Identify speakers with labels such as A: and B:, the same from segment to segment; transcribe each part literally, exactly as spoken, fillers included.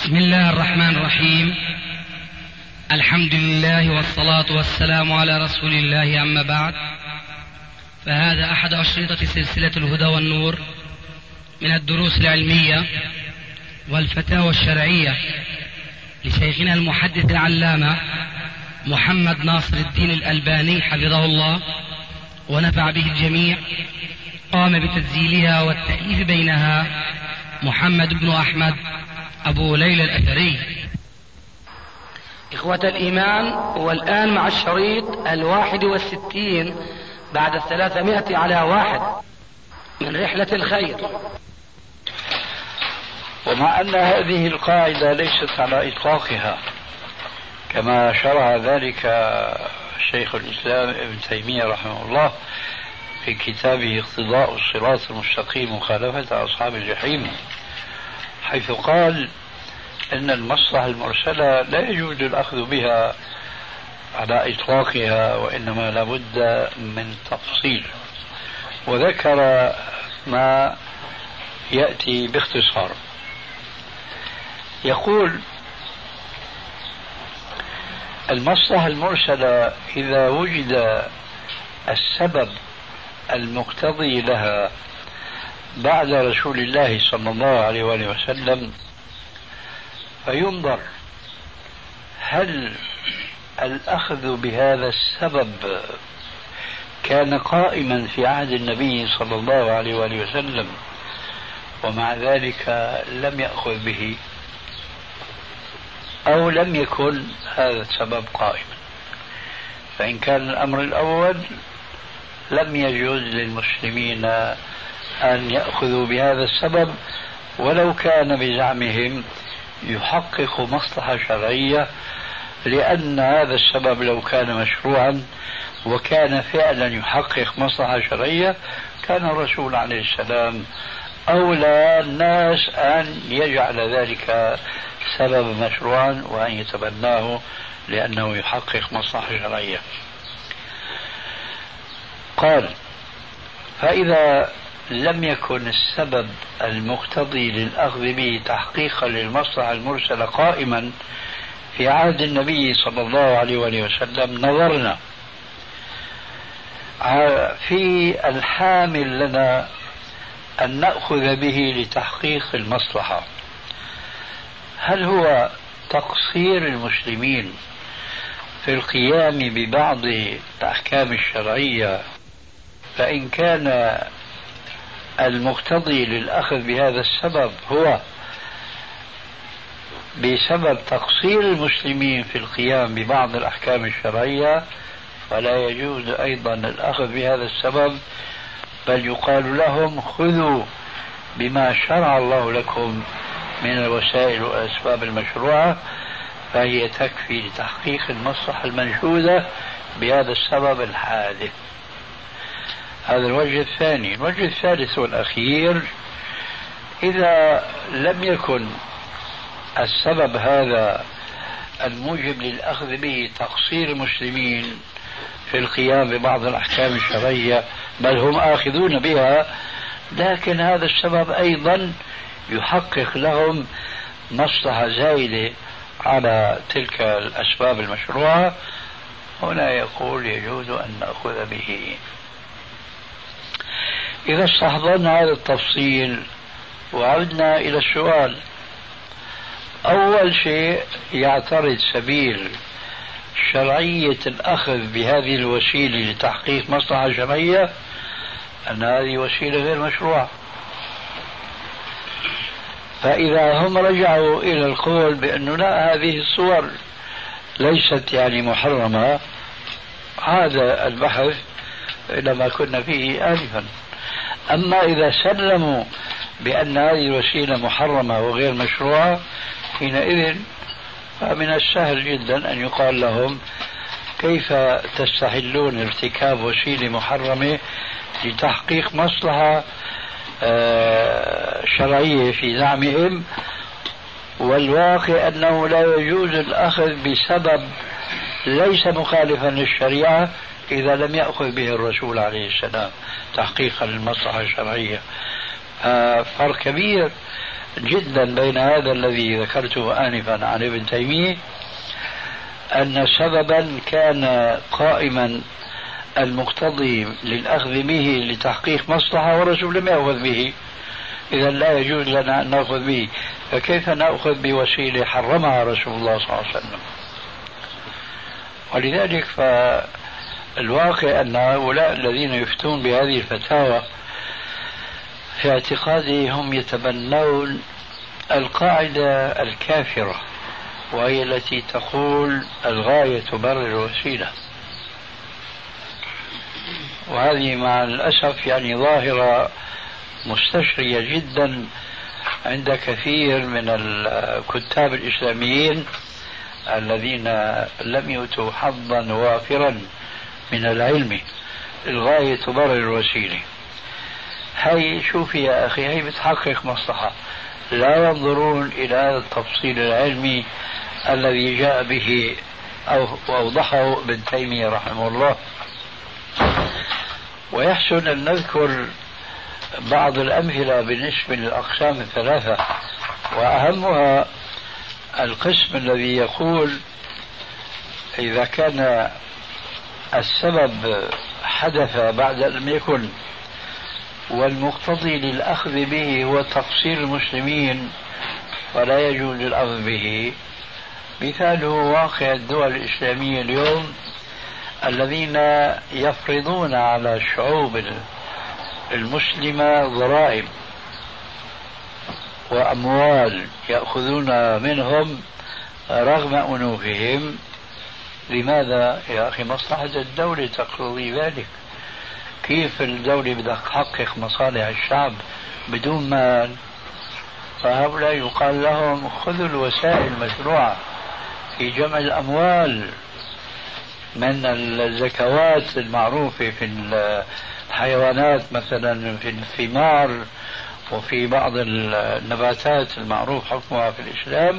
A: بسم الله الرحمن الرحيم. الحمد لله والصلاة والسلام على رسول الله، أما بعد، فهذا أحد أشرطة سلسلة الهدى والنور من الدروس العلمية والفتاوى الشرعية لشيخنا المحدث العلامة محمد ناصر الدين الألباني حفظه الله ونفع به الجميع. قام بتسجيلها والتأليف بينها محمد بن أحمد أبو ليلى الأثري. إخوة الإيمان، والآن مع الشريط الواحد والستين بعد الثلاثمائة على واحد من رحلة الخير.
B: ومع أن هذه القاعدة ليست على إطلاقها كما شرع ذلك شيخ الإسلام ابن تيمية رحمه الله في كتابه اقتضاء الصراط المستقيم مخالفة أصحاب الجحيم، حيث قال إن المصلحة المرسلة لا يجوز الأخذ بها على إطلاقها، وإنما لابد من تفصيل، وذكر ما يأتي باختصار. يقول: المصلحة المرسلة إذا وجد السبب المقتضي لها بعد رسول الله صلى الله عليه وآله وسلم، فينظر هل الأخذ بهذا السبب كان قائما في عهد النبي صلى الله عليه وآله وسلم ومع ذلك لم يأخذ به، أو لم يكن هذا السبب قائما. فإن كان الأمر الأول لم يجوز للمسلمين أن يأخذوا بهذا السبب ولو كان بزعمهم يحقق مصلحة شرعية، لأن هذا السبب لو كان مشروعا وكان فعلا يحقق مصلحة شرعية كان الرسول عليه السلام أولى الناس أن يجعل ذلك سبب مشروعا وأن يتبناه لأنه يحقق مصلحة شرعية. قال: فإذا لم يكن السبب المقتضي للأخذ به تحقيقا للمصلحة المرسلة قائما في عهد النبي صلى الله عليه وآله وسلم، نظرنا في الحامل لنا أن نأخذ به لتحقيق المصلحة، هل هو تقصير المسلمين في القيام ببعض الأحكام الشرعية، فإن كان المقتضي للأخذ بهذا السبب هو بسبب تقصير المسلمين في القيام ببعض الأحكام الشرعية فلا يجوز أيضا الأخذ بهذا السبب، بل يقال لهم خذوا بما شرع الله لكم من الوسائل والأسباب المشروعة، فهي تكفي لتحقيق المصلحة المنشودة بهذا السبب الحادث. هذا الوجه الثاني. الوجه الثالث والأخير: إذا لم يكن السبب هذا الموجب للأخذ به تقصير المسلمين في القيام ببعض الأحكام الشرعية، بل هم آخذون بها، لكن هذا السبب أيضا يحقق لهم مصلحة زائدة على تلك الأسباب المشروعة، هنا يقول يجوز أن نأخذ به. إذا استحضرنا هذا التفصيل وعدنا إلى السؤال، أول شيء يعترض سبيل شرعية الأخذ بهذه الوسيلة لتحقيق مصلحة شرعية أن هذه وسيلة غير مشروعة. فإذا هم رجعوا إلى القول بأنه لا، هذه الصور ليست يعني محرمة، هذا البحث إلى ما كنا فيه آنفا. أما إذا سلموا بأن هذه الوسيلة محرمة وغير مشروعة، حينئذ فمن السهل جدا أن يقال لهم كيف تستحلون ارتكاب وسيلة محرمة لتحقيق مصلحة شرعية في زعمهم، والواقع أنه لا يجوز الأخذ بسبب ليس مخالفا للشريعة إذا لم يأخذ به الرسول عليه السلام تحقيقا للمصلحة الشرعية. فرق كبير جدا بين هذا الذي ذكرته آنفا عن ابن تيمية أن سببا كان قائما المقتضي للأخذ به لتحقيق مصلحة والرسول لم يأخذ به، إذا لا يجوز لنا أن نأخذ به، فكيف نأخذ بوسيلة حرمها رسول الله صلى الله عليه وسلم؟ ولذلك فالواقع أن هؤلاء الذين يفتون بهذه الفتاوى في اعتقادي هم يتبنون القاعدة الكافرة، وهي التي تقول الغاية تبرر الوسيلة، وهذه مع الأسف يعني ظاهرة مستشرية جدا عند كثير من الكتاب الإسلاميين الذين لم يؤتوا حظا وافرا من العلم. الغاية تبرر الوسيلة، هي شوفي يا أخي هي بتحقق مصلحة، لا ينظرون إلى هذا التفصيل العلمي الذي جاء به أو أوضحه ابن تيمية رحمه الله. ويحسن أن نذكر بعض الأمثلة بالنسبة للأقسام الثلاثة، وأهمها القسم الذي يقول إذا كان السبب حدث بعد أن لم يكن والمقتضي للأخذ به هو تقصير المسلمين فلا يجوز الأخذ به. مثاله واقع الدول الإسلامية اليوم الذين يفرضون على الشعوب المسلمة ضرائب وأموال يأخذون منهم رغم أنوفهم. لماذا يا أخي؟ مصلحة الدولة تقتضي ذلك. كيف الدولة بدها تحقق مصالح الشعب بدون مال؟ فهؤلاء يقال لهم خذوا الوسائل المشروعة في جمع الأموال من الزكوات المعروفة في الحيوانات مثلا، في الثمار وفي بعض النباتات المعروف حكمها في الإسلام،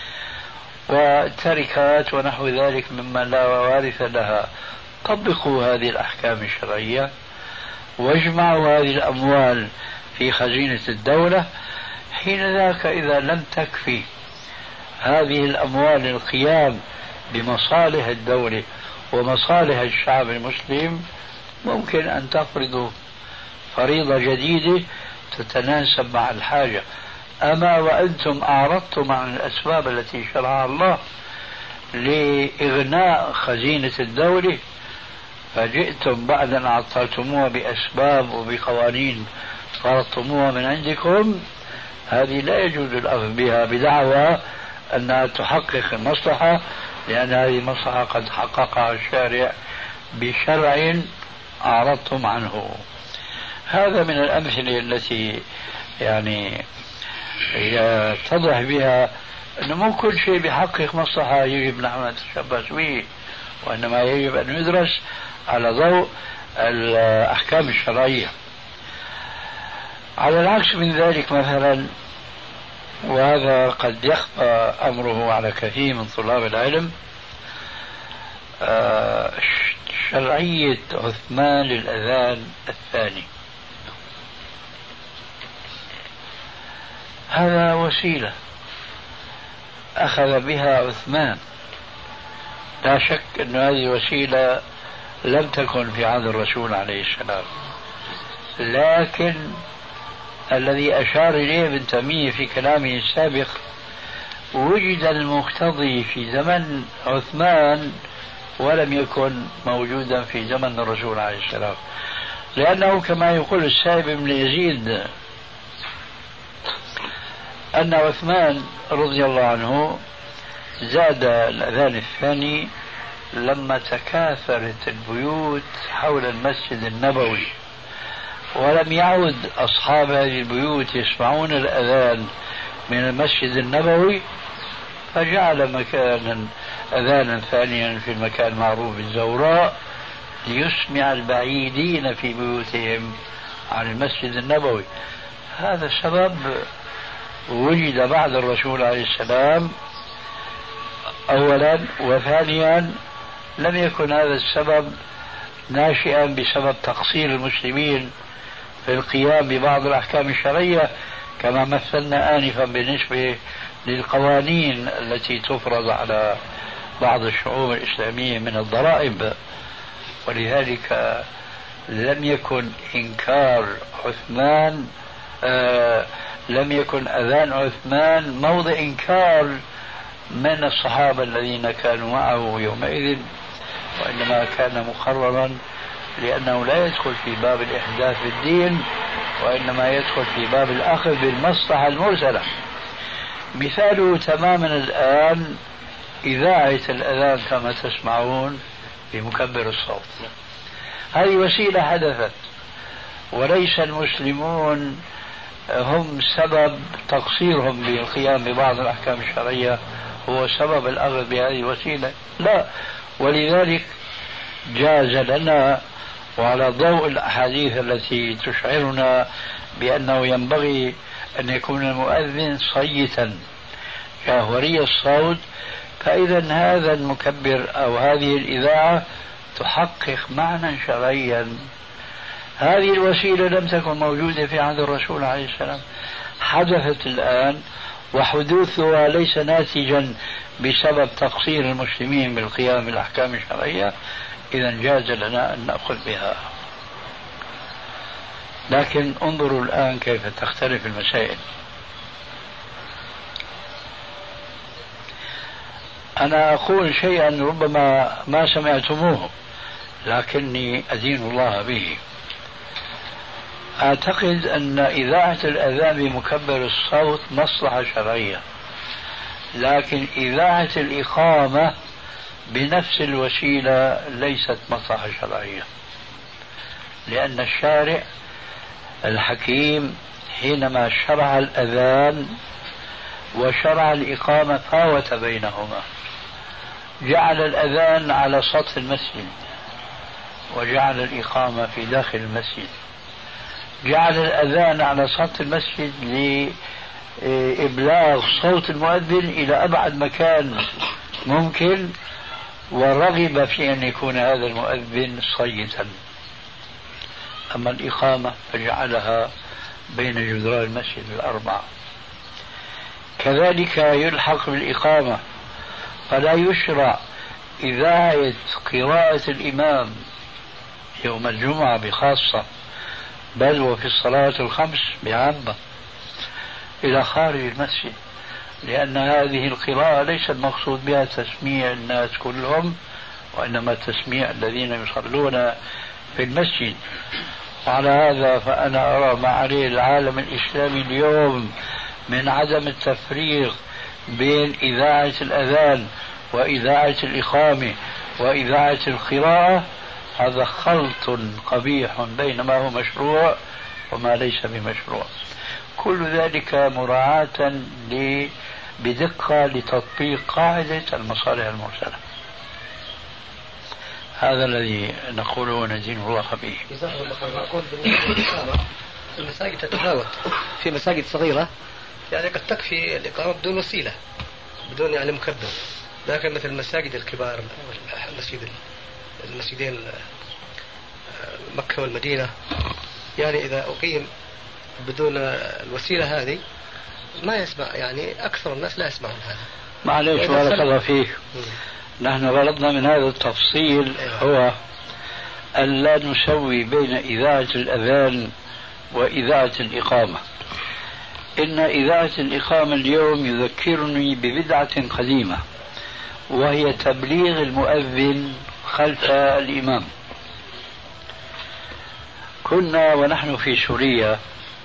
B: والتركات ونحو ذلك مما لا وارث لها. طبقوا هذه الأحكام الشرعية واجمعوا هذه الأموال في خزينة الدولة. حين ذاك إذا لم تكفي هذه الأموال القيام بمصالح الدولة ومصالح الشعب المسلم، ممكن أن تفرضوا فريضة جديدة تتناسب مع الحاجة. أما وأنتم أعرضتم عن الأسباب التي شرعها الله لإغناء خزينة الدولة، فجئتم بعد أن عطلتموها بأسباب وبقوانين فرضتموها من عندكم، هذه لا يجوز الأخذ بها بدعوى أنها تحقق المصلحة، لأن هذه المصلحة قد حققها الشارع بشرع أعرضتم عنه. هذا من الأمثلة التي يعني يتضح بها أنه مو كل شيء بيحقق مصلحة يجب نحن نتشبث به، وإنما يجب أن يدرس على ضوء الأحكام الشرعية. على العكس من ذلك مثلا، وهذا قد يخفى أمره على كثير من طلاب العلم، شرعية عثمان للأذان الثاني. هذا وسيلة أخذ بها عثمان، لا شك أن هذه وسيلة لم تكن في عهد الرسول عليه السلام، لكن الذي أشار إليه ابن تيمية في كلامه السابق وجد المقتضي في زمن عثمان ولم يكن موجودا في زمن الرسول عليه السلام، لأنه كما يقول السائب بن يزيد أن عثمان رضي الله عنه زاد الأذان الثاني لما تكاثرت البيوت حول المسجد النبوي، ولم يعد أصحاب هذه البيوت يسمعون الأذان من المسجد النبوي، فجعل مكانا أذانا ثانيا في المكان المعروف بالزوراء ليسمع البعيدين في بيوتهم عن المسجد النبوي. هذا سبب وجد بعد الرسول عليه السلام أولا، وثانيا لم يكن هذا السبب ناشئا بسبب تقصير المسلمين في القيام ببعض الأحكام الشرعية، كما مثلنا آنفا بالنسبة للقوانين التي تفرض على بعض الشعوب الإسلامية من الضرائب. ولذلك لم يكن إنكار عثمان آه لم يكن أذان عثمان موضع إنكار من الصحابة الذين كانوا معه يومئذ، وإنما كان مقررا لأنه لا يدخل في باب الإحداث في الدين، وإنما يدخل في باب الأخذ بالمصلحة المرسلة. مثاله تماما الآن إذاعة الأذان كما تسمعون بمكبر الصوت، هذه وسيلة حدثت، وليس المسلمون هم سبب تقصيرهم بالقيام ببعض الأحكام الشرعية هو سبب الأخذ بهذه الوسيلة، لا. ولذلك جاز لنا، وعلى ضوء الأحاديث التي تشعرنا بأنه ينبغي أن يكون المؤذن صيتا جاهوري الصوت، فإذا هذا المكبر أو هذه الإذاعة تحقق معنى شرعيا. هذه الوسيلة لم تكن موجودة في عهد الرسول عليه السلام، حدثت الآن، وحدوثها ليس ناتجا بسبب تقصير المسلمين بالقيام بالأحكام الشرعية، إذا جاز لنا أن نأخذ بها. لكن انظروا الآن كيف تختلف المسائل. أنا أقول شيئا ربما ما سمعتموه لكني أدين الله به. أعتقد أن إذاعة الأذان بمكبر الصوت مصلحة شرعية، لكن إذاعة الإقامة بنفس الوسيلة ليست مصلحة شرعية، لأن الشارع الحكيم حينما شرع الأذان وشرع الإقامة فاوت بينهما، جعل الأذان على سطح المسجد وجعل الإقامة في داخل المسجد، جعل الأذان على سطح المسجد لإبلاغ صوت المؤذن إلى أبعد مكان ممكن، ورغب في أن يكون هذا المؤذن صيتا. أما الإقامة فجعلها بين جدران المسجد الأربعة. كذلك يلحق بالإقامة، فلا يشرع إذاعة قراءة الإمام يوم الجمعة بخاصة، بل وفي الصلاة الخمس بعامة إلى خارج المسجد، لأن هذه القراءة ليس المقصود بها تسميع الناس كلهم، وإنما تسميع الذين يصلون في المسجد. وعلى هذا فأنا أرى ما عليه العالم الإسلامي اليوم من عدم التفريق بين إذاعة الأذان وإذاعة الإقامة وإذاعة القراءة، هذا خلط قبيح بين ما هو مشروع وما ليس بمشروع. كل ذلك مراعاة بدقة لتطبيق قاعدة المصالح المرسلة. هذا الذي نقوله وندين الله به.
C: المساجد تتفاوت، في مساجد صغيرة يعني قد تكفي الإقامة بدون وسيلة، بدون يعني مكبر، لكن مثل المساجد الكبار، المسجد المسجدين مكة والمدينة، يعني إذا أقيم بدون الوسيلة هذه ما يسمع، يعني أكثر الناس لا يسمعون هذا.
B: معليش بارك الله فيك، نحن غرضنا من هذا التفصيل هو أن لا نسوي بين إذاعة الأذان وإذاعة الإقامة. إن إذاعة الإقامة اليوم يذكرني ببدعة قديمة، وهي تبليغ المؤذن خلف الإمام. كنا ونحن في سوريا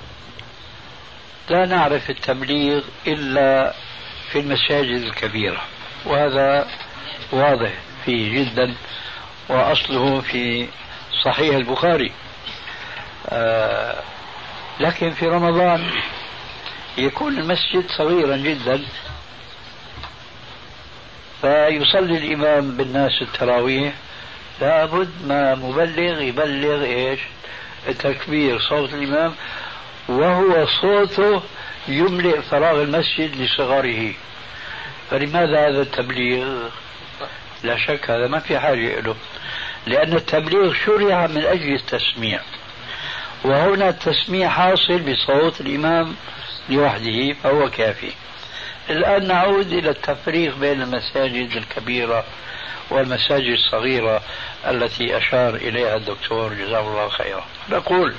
B: لا نعرف التبليغ إلا في المساجد الكبيرة، وهذا واضح فيه جدا، وأصله في صحيح البخاري. آه لكن في رمضان يكون المسجد صغيرا جدا، فيصلي الإمام بالناس التراويح، لابد ما مبلغ يبلغ إيش؟ التكبير، صوت الإمام، وهو صوته يملئ فراغ المسجد لصغاره. فلماذا هذا التبليغ؟ لا شك هذا ما في حاجة له، لأن التبليغ شرع من أجل التسميع، وهنا التسميع حاصل بصوت الإمام لوحده فهو كافي. الآن نعود إلى التفريق بين المساجد الكبيرة والمساجد الصغيرة التي أشار إليها الدكتور جزاه الله خيرا. نقول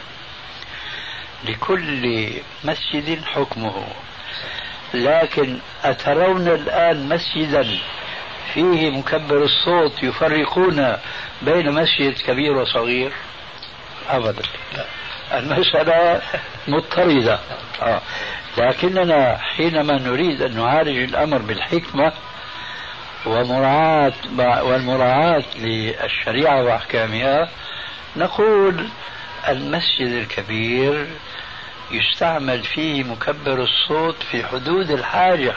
B: لكل مسجد حكمه، لكن أترون الآن مسجدا فيه مكبر الصوت يفرقون بين مسجد كبير وصغير؟ أبدا، المسألة مضطردة. آه. لكننا حينما نريد أن نعالج الأمر بالحكمة ومراعاة والمراعاة للشريعة وأحكامها، نقول المسجد الكبير يستعمل فيه مكبر الصوت في حدود الحاجة،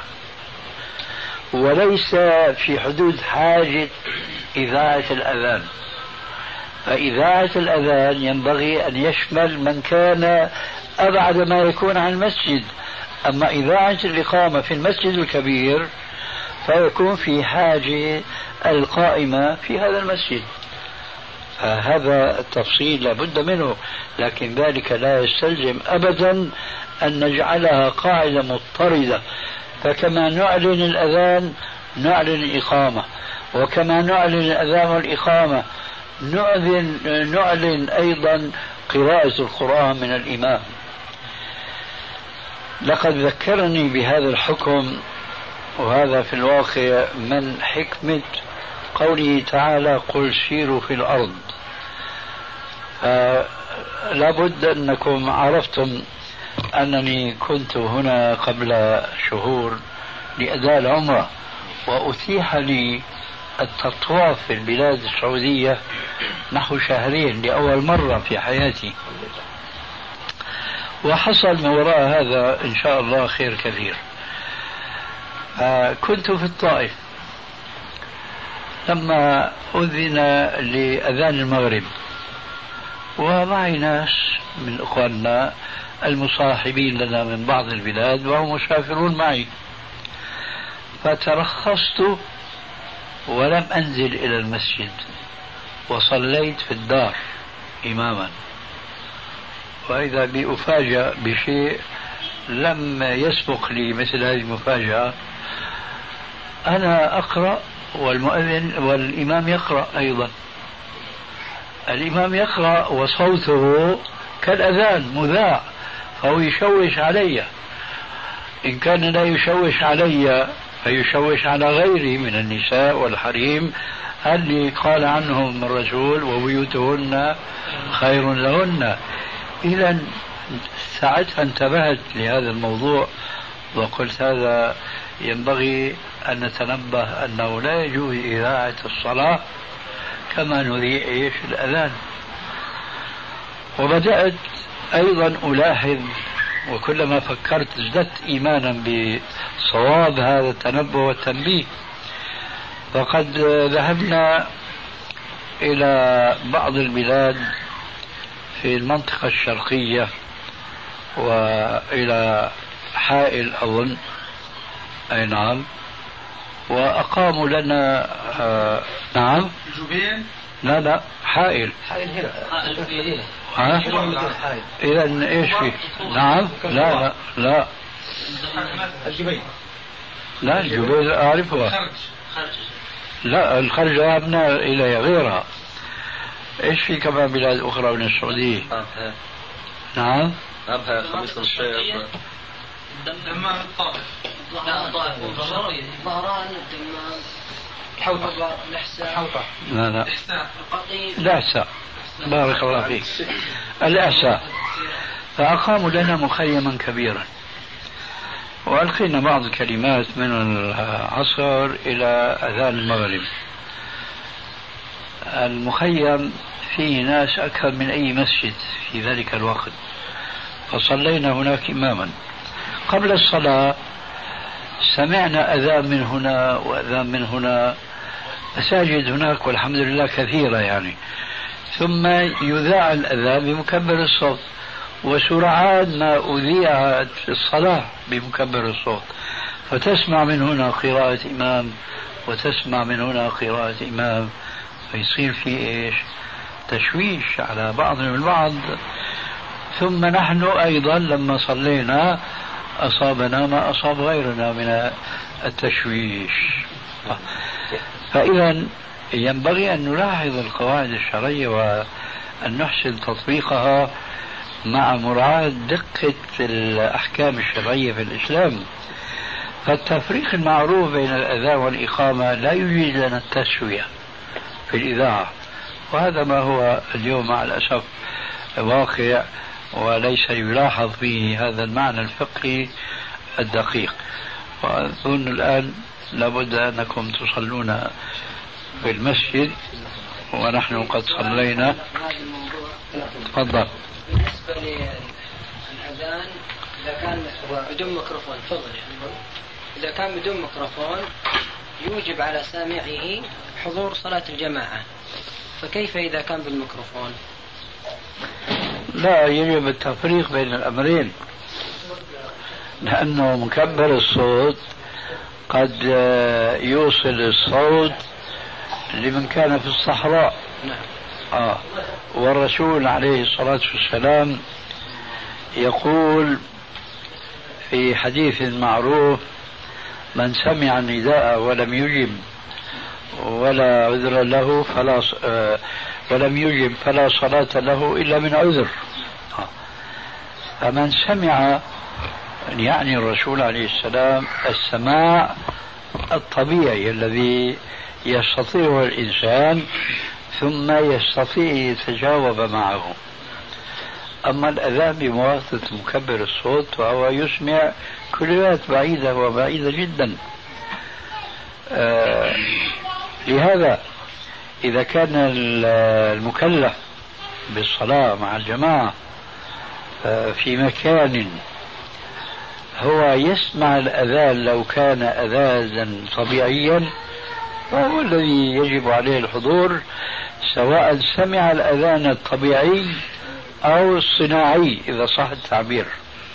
B: وليس في حدود حاجة إذاعة الأذان. فإذاعة الأذان ينبغي أن يشمل من كان أبعد ما يكون عن المسجد، أما إذاعة الإقامة في المسجد الكبير فيكون في حاجة القائمة في هذا المسجد. فهذا التفصيل لابد منه، لكن ذلك لا يستلزم أبدا أن نجعلها قاعدة مضطردة. فكما نعلن الأذان نعلن الإقامة، وكما نعلن الأذان والإقامة نعلن, نعلن أيضا قراءة القرآن من الإمام. لقد ذكرني بهذا الحكم، وهذا في الواقع من حكمة قوله تعالى قل سيروا في الأرض. لابد أنكم عرفتم أنني كنت هنا قبل شهور لأداء العمرة، وأتيح لي التطواف في البلاد السعودية نحو شهرين لأول مرة في حياتي، وحصل من وراء هذا إن شاء الله خير كثير. كنت في الطائف لما أذن لأذان المغرب، ومعي ناس من إخواننا المصاحبين لنا من بعض البلاد وهم مسافرون معي، فترخصت ولم أنزل إلى المسجد وصليت في الدار إماما. وإذا بأفاجأ بشيء لم يسبق لي مثل هذه المفاجأة، أنا أقرأ والمؤذن والإمام يقرأ أيضا. الإمام يقرأ وصوته كالأذان مذاع، فهو يشوش علي. إن كان لا يشوش علي فيشوش على غيري من النساء والحريم اللي قال عنهم الرسول وبيوتهن خير لهن. إذا ساعتها انتبهت لهذا الموضوع وقلت هذا ينبغي أن نتنبه أنه لا يجوز إذاعة الصلاة كما نذيع إيش الأذان. وبدأت أيضا ألاحظ، وكلما فكرت ازددت إيمانا بصواب هذا التنبه والتنبيه. فقد ذهبنا إلى بعض البلاد في المنطقة الشرقية وإلى حائل أظن، أي نعم، وأقاموا لنا آه نعم
D: جبين،
B: لا لا حائل
C: حائل هنا حائل في المدينة.
B: ها؟ إذا إيش في؟ نعم لا لا لا
C: الجبين،
B: لا الجبين أعرفها. لا الخرج ذهبنا إلى غيرها. إيش في كمان بلاد أخرى من السعودية؟ نعم
D: أبها خميس الشيخ، دمام الطائف، لا الطائف ظهران، دمام، حوطة، حوطة،
B: لا لا الإحساء، بارك الله فيك، الإحساء. فأقاموا لنا مخيما كبيرا، وألقينا بعض الكلمات من العصر إلى أذان المغرب. المخيم فيه ناس أكثر من أي مسجد في ذلك الوقت، فصلينا هناك إماما. قبل الصلاة سمعنا أذان من هنا وأذان من هنا، مساجد هناك والحمد لله كثيرة يعني. ثم يذاع الأذان بمكبر الصوت، وسرعان ما أذيعت الصلاة بمكبر الصوت، فتسمع من هنا قراءة إمام وتسمع من هنا قراءة إمام، فيصير في إيش تشويش على بعض البعض. ثم نحن أيضا لما صلينا أصابنا ما أصاب غيرنا من التشويش. فإذا ينبغي أن نلاحظ القواعد الشرعية وأن نحسن تطبيقها مع مراعاة دقة الأحكام الشرعية في الإسلام. فالتفريق المعروف بين الأذان والإقامة لا يوجد لنا التسوية في الإذاعة، وهذا ما هو اليوم مع الأسف واقع، وليس يلاحظ فيه هذا المعنى الفقهي الدقيق. وأظن الآن لابد أنكم تصلون في المسجد ونحن قد صلينا. تفضل.
E: بالنسبة للأذان إذا كان بدون ميكروفون، تفضل يعني. إذا كان بدون ميكروفون يوجب على سامعه حضور صلاة الجماعة، فكيف إذا كان بالميكروفون؟
B: لا، يجب التفريق بين الأمرين، لأنه مكبر الصوت قد يوصل الصوت لمن كان في الصحراء. آه. والرسول عليه الصلاة والسلام يقول في حديث معروف: من سمع النداء ولم يجب ولا عذر له فلا آه ولم يجب فلا صلاة له إلا من عذر. آه. فمن سمع، يعني الرسول عليه السلام، السماع الطبيعي الذي يستطيعه الإنسان ثم يستطيع يتجاوب معه. أما الأذان بمواسطة مكبر الصوت وهو يسمع كلمات بعيدة وبعيدة جدا. آه لهذا إذا كان المكلف بالصلاة مع الجماعة آه في مكان هو يسمع الأذان لو كان أذانا طبيعيا فهو الذي يجب عليه الحضور، سواء سمع الأذان الطبيعي أو الصناعي إذا صح التعبير.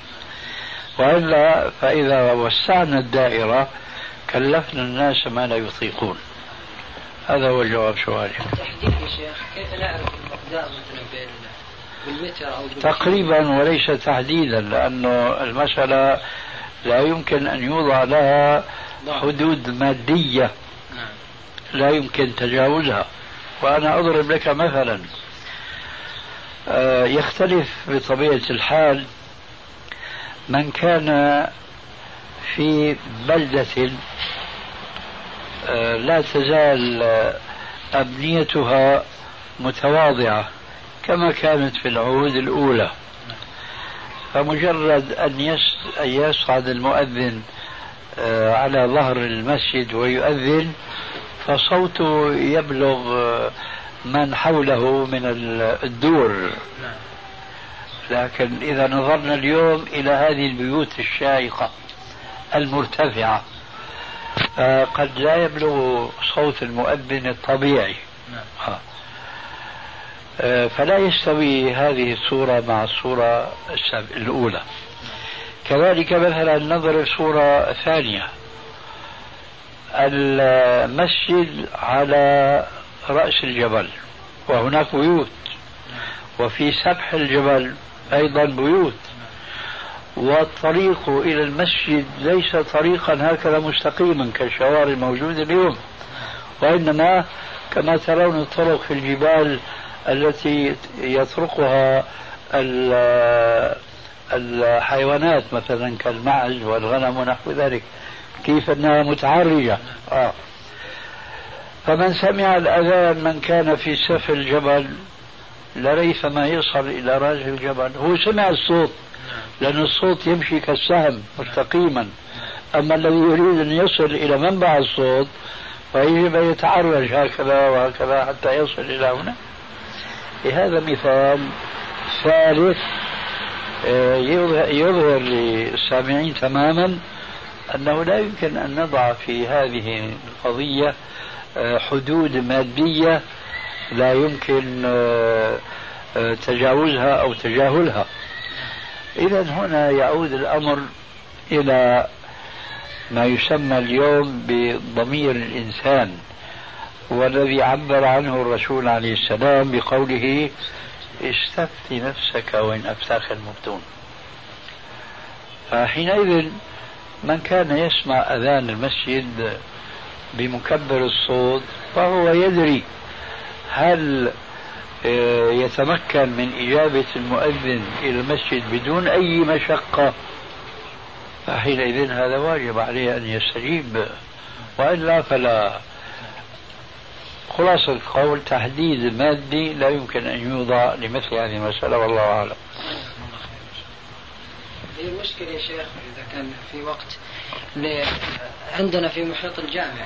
B: وإلا فإذا وسعنا الدائرة كلفنا الناس ما لا يطيقون. هذا هو الجواب سؤالي.
E: تحديد يا شيخ، كيف نعرف المقدار مثلا بين بالمتر أو بالمتر؟
B: تقريبا، وليس تحديدا، لأنه المسألة لا يمكن أن يوضع لها حدود مادية لا يمكن تجاوزها. وأنا أضرب لك مثلا يختلف بطبيعة الحال من كان في بلدة لا تزال أبنيتها متواضعة كما كانت في العهود الأولى، فمجرد أن يصعد المؤذن على ظهر المسجد ويؤذن فصوته يبلغ من حوله من الدور. لكن إذا نظرنا اليوم إلى هذه البيوت الشائقة المرتفعة قد لا يبلغ صوت المؤذن الطبيعي، فلا يستوي هذه الصورة مع الصورة الأولى. كذلك مثلا نضرب صورة ثانية: المسجد على رأس الجبل وهناك بيوت، وفي سفح الجبل أيضا بيوت، والطريق إلى المسجد ليس طريقا هكذا مستقيما كالشوارع الموجودة اليوم، وإنما كما ترون الطرق في الجبال التي يطرقها الحيوانات مثلا كالمعز والغنم ونحو ذلك، كيف أنها متعرجة. آه. فمن سمع الأذان من كان في سفح الجبل لريثما يصل إلى راس الجبل، هو سمع الصوت لأن الصوت يمشي كالسهم مستقيما، أما الذي يريد أن يصل إلى منبع الصوت فيجب أن يتعرج هكذا وهكذا حتى يصل إلى هنا. هذا مثال ثالث يظهر للسامعين تماما أنه لا يمكن أن نضع في هذه القضية حدود مادية لا يمكن تجاوزها أو تجاهلها. إذن هنا يعود الأمر إلى ما يسمى اليوم بضمير الإنسان، والذي عبر عنه الرسول عليه السلام بقوله: استفتي نفسك وإن أفتاك المفتون. فحينئذ من كان يسمع أذان المسجد بمكبر الصوت فهو يدري هل يتمكن من إجابة المؤذن إلى المسجد بدون أي مشقة، فحينئذ هذا واجب عليه أن يستجيب، وإلا فلا. خلاصة القول تحديد مادي لا يمكن أن يوضع لمثل هذه المسألة، والله أعلم.
E: هي المشكلة يا شيخ إذا كان في وقت عندنا في محيط الجامعة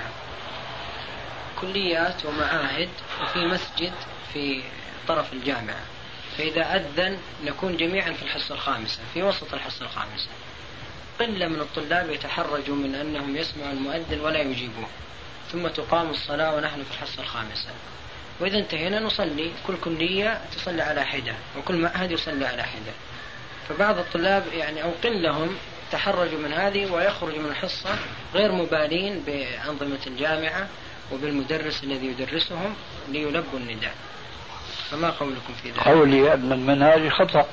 E: كليات ومعاهد وفي مسجد في طرف الجامعة، فإذا أذن نكون جميعا في الحصة الخامسة في وسط الحصة الخامسة، قلة من الطلاب يتحرجوا من أنهم يسمعوا المؤذن ولا يجيبوه، ثم تقام الصلاة ونحن في الحصة الخامسة، وإذا انتهينا نصلي، كل كلية تصلي على حدة وكل معهد يصلي على حدة. فبعض الطلاب يعني أو قلهم تحرجوا من هذه ويخرج من الحصة غير مبالين بأنظمة الجامعة وبالمدرس الذي يدرسهم ليلبوا النداء. فما قولكم في ذلك؟
B: قولي أن المنهاج خطأ،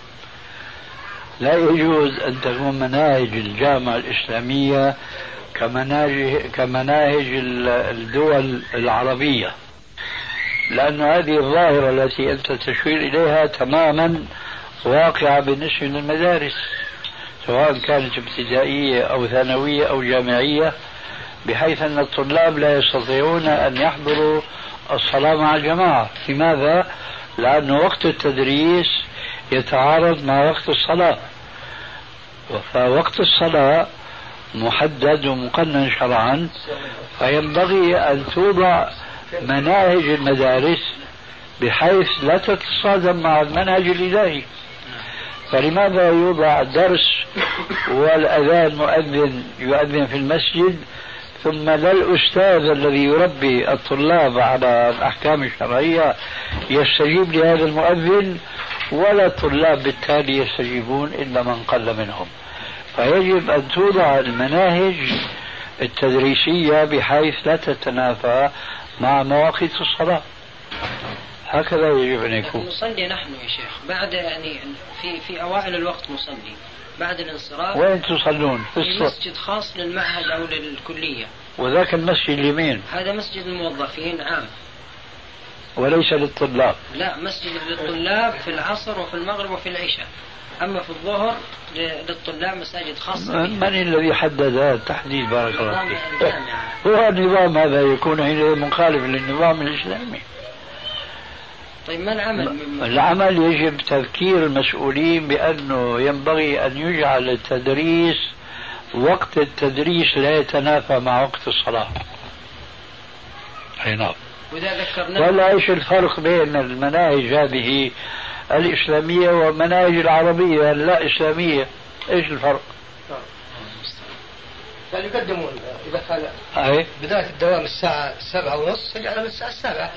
B: لا يجوز أن تكون مناهج الجامعة الإسلامية كمناهج, كمناهج الدول العربية، لأن هذه الظاهرة التي أنت تشير إليها تماما واقعة بالنسبة للمدارس، سواء كانت ابتدائية أو ثانوية أو جامعية، بحيث أن الطلاب لا يستطيعون أن يحضروا الصلاة مع الجماعة. لماذا؟ لأن وقت التدريس يتعارض مع وقت الصلاة، فوقت الصلاة محدد ومقنن شرعا، فينبغي أن توضع مناهج المدارس بحيث لا تتصادم مع المنهج الإلهي. فلماذا يوضع الدرس والأذان مؤذن يؤذن في المسجد، ثم لا الأستاذ الذي يربي الطلاب على الأحكام الشرعية يستجيب لهذا المؤذن، ولا الطلاب بالتالي يستجيبون إلا من قل منهم. فيجب أن توضع المناهج التدريسية بحيث لا تتنافى مع مواقيت الصلاة، هكذا يجب أن يكون.
E: نصلي نحن يا شيخ بعد يعني في في أوائل الوقت نصلي، بعد الانصراف
B: وين تصلون؟
E: في مسجد خاص للمعهد أو للكلية.
B: وذاك المسجد اليمين
E: هذا مسجد الموظفين عام
B: وليس للطلاب.
E: لا، مسجد للطلاب في العصر وفي المغرب وفي العشاء، أما في الظهر للطلاب مساجد خاصة.
B: من الذي حدد هذا التحديد؟ بارك الله فيك. هو النظام هذا يكون حينئذ مخالف للنظام الإسلامي.
E: طيب ما العمل؟
B: العمل يجب تذكير المسؤولين بأنه ينبغي أن يجعل التدريس وقت التدريس لا يتنافى مع وقت الصلاة. أي نعم.
E: وإذا ذكرنا
B: ولا إيش الفرق بين المناهج هذه الإسلامية والمناهج العربية اللا إسلامية؟ إيش الفرق؟
C: يعني يقدمون إذا كان
B: أي
C: بداية الدوام الساعة السابعة ونص يجعلها من الساعة السابعة.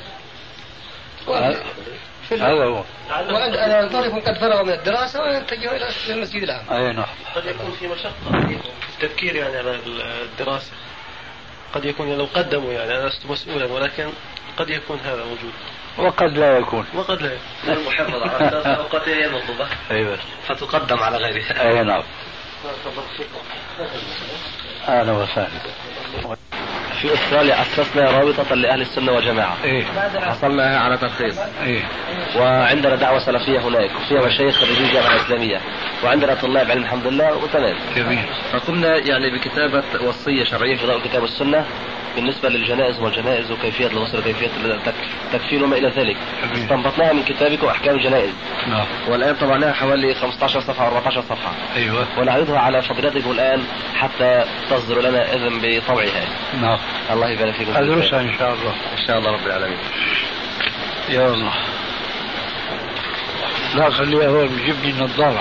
B: هذا هو.
C: وعند أنطاركم قد فرغوا من الدراسة ويتجهوا إلى المسجد العام.
B: أي نعم.
F: قد يكون في مشقة في التفكير يعني على الدراسة، قد يكون لو قدموا يعني أنا لست مسؤولا، ولكن قد يكون هذا موجود
B: وقد لا يكون.
F: وقد لا يكون.
D: المحافظة على أوقات هي مطلوبة.
B: أيوة.
D: فتقدم على غيرها.
B: أي نعم. أهلا وسهلا.
D: في أستراليا أسسنا رابطة لأهل السنة والجماعة.
B: إيه.
D: حصلنا على ترخيص.
B: إيه.
D: وعندنا دعوة سلفية هناك وفيها مشايخ خريجي الجامعة الإسلامية، وعندنا طلاب علم الحمد لله وتمام.
B: جميل.
D: فقمنا يعني بكتابة وصية شرعية في ضوء كتاب السنة بالنسبة للجنائز والجنائز وكيفية الغسل وكيفية التكفين وما إلى ذلك. استنبطناها من كتابكم أحكام الجنائز.
B: نعم.
D: والآن طبعناها حوالي خمسة عشر صفحة أو أربعة عشر صفحة.
B: أيوة.
D: ونعرضها على فضيلتكم الآن حتى تصدر لنا إذن بطبعها.
B: نعم.
D: الله يبارك فيكم.
B: أدرسها إن شاء الله.
D: إن شاء الله رب العالمين.
B: يا الله. لا خليها هون بجيب لي نظارة.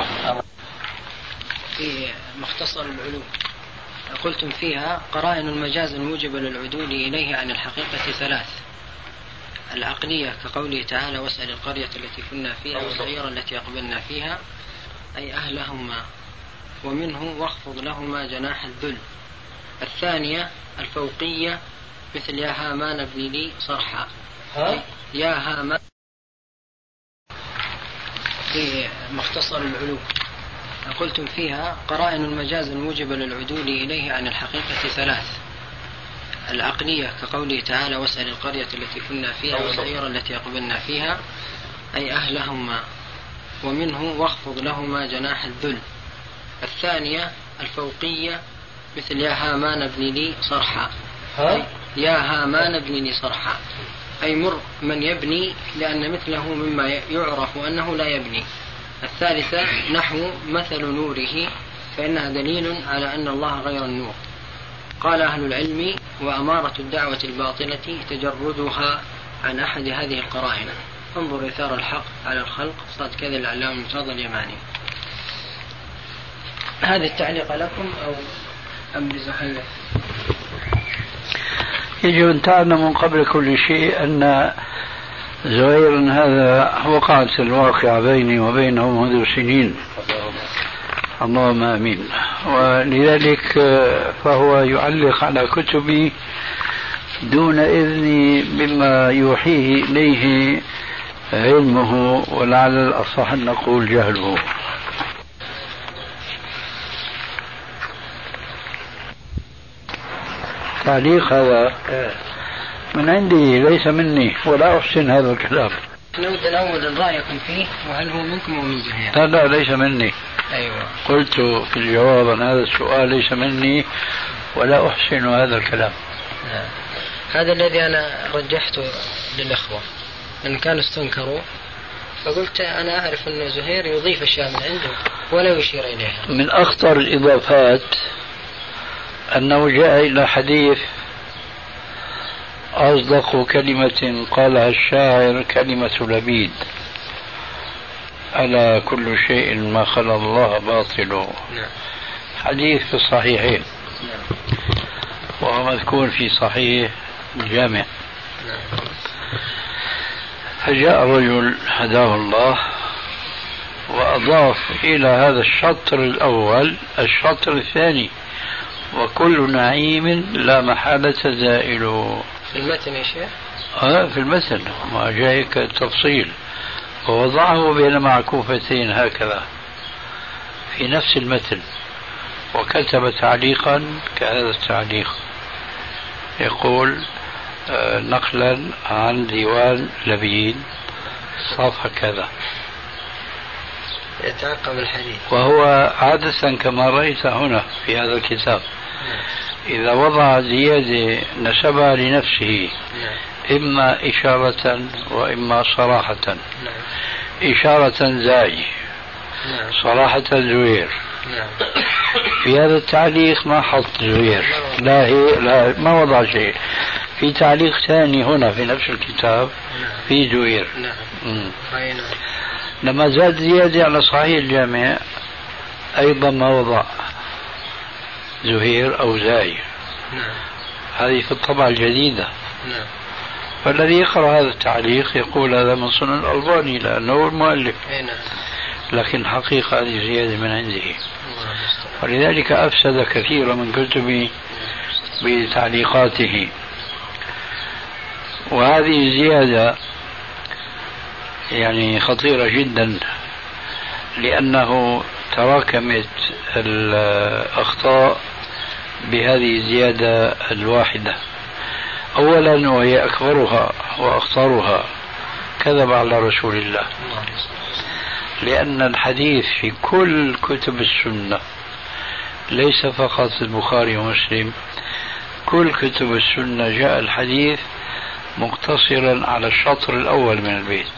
E: في مختصر العلوم قلتم فيها قرائن المجاز الموجبة للعدول إليه عن الحقيقة ثلاث: العقلية كقوله تعالى واسأل القرية التي كنا فيها والعير التي أقبلنا فيها، أي أهلهما، ومنه واخفض لهما جناح الذل. الثانية الفوقية مثل يا هامان ابن لي صرحا. يا هامان في مختصر العلوم قلتم فيها قرائن المجاز الموجبة للعدول إليه عن الحقيقة ثلاث: العقلية كقوله تعالى واسأل القرية التي كنا فيها والعير التي أقبلنا فيها أي أهلهما، ومنه واخفض لهما جناح الذل. الثانية الفوقية مثل يا هامان ابن لي صرحا، يا هامان ابن لي صرحا أي مر من يبني لأن مثله مما يعرف أنه لا يبني. الثالثة نحو مثل نوره فإنها دليل على أن الله غير النور. قال أهل العلم وأمارة الدعوة الباطلة تجردها عن أحد هذه القرائن. انظر إثار الحق على الخلق صاد كذا العلام المرتضى اليماني. هذا التعليق لكم أو أم لزحية؟
B: يجب أن تعلم من قبل كل شيء أن زهير هذا وقعت الواقع بيني وبينه منذ سنين، اللهم آمين، ولذلك فهو يعلق على كتبي دون إذني بما يوحيه إليه علمه، ولعل الأصح أن نقول جهله. تعليق هذا من عندي ليس مني ولا أحسن هذا الكلام.
E: نود الأول رأيكم فيه وهل هو منكم ومن زهير؟
B: لا لا ليس مني.
E: أيوة.
B: قلت في الجواب عن هذا السؤال ليس مني ولا أحسن هذا الكلام.
E: لا. هذا الذي أنا رجحته للأخوة أن كانوا استنكروا، فقلت أنا أعرف أن زهير يضيف أشياء من عنده ولا يشير إليها.
B: من أخطر الإضافات أنه جاء إلى حديث أصدق كلمة قالها الشاعر كلمة لبيد ألا كل شيء ما خلا الله باطل. حديث في الصحيحين وهو مذكور في صحيح الجامع. فجاء رجل هداه الله وأضاف إلى هذا الشطر الأول الشطر الثاني وكل نعيم لا محالة زائل.
E: في المتن يا شيخ؟
B: آه في المتن ما جايك التفصيل، ووضعه بين معكوفتين هكذا في نفس المتن، وكتب تعليقا كهذا التعليق يقول آه نقلا عن ديوان لبيد صفحة كذا،
E: يتعقب الحديث.
B: وهو عادة كما رأيت هنا في هذا الكتاب إذا وضع زيادة نسبها لنفسه إما إشارة وإما صراحة. إشارة زاي، صراحة زوير. في هذا التعليق ما حط زوير، لا هي لا ما وضع شيء. في تعليق ثاني هنا في نفس الكتاب في زوير. لما زاد زيادة على صحيح الجامع أيضا ما وضع زهير أو زاي. هذه في الطبعة الجديدة. فالذي يقرأ هذا التعليق يقول هذا من صنع الألباني لأنه هو المؤلف، لكن حقيقة هذه زيادة من عنده، ولذلك أفسد كثيرا من كتبي بتعليقاته. وهذه زيادة يعني خطيرة جدا لأنه تراكمت الأخطاء بهذه الزيادة الواحدة. أولا وهي أكبرها وأخطرها كذب على رسول الله، لأن الحديث في كل كتب السنة ليس فقط البخاري ومسلم، كل كتب السنة جاء الحديث مقتصرا على الشطر الأول من البيت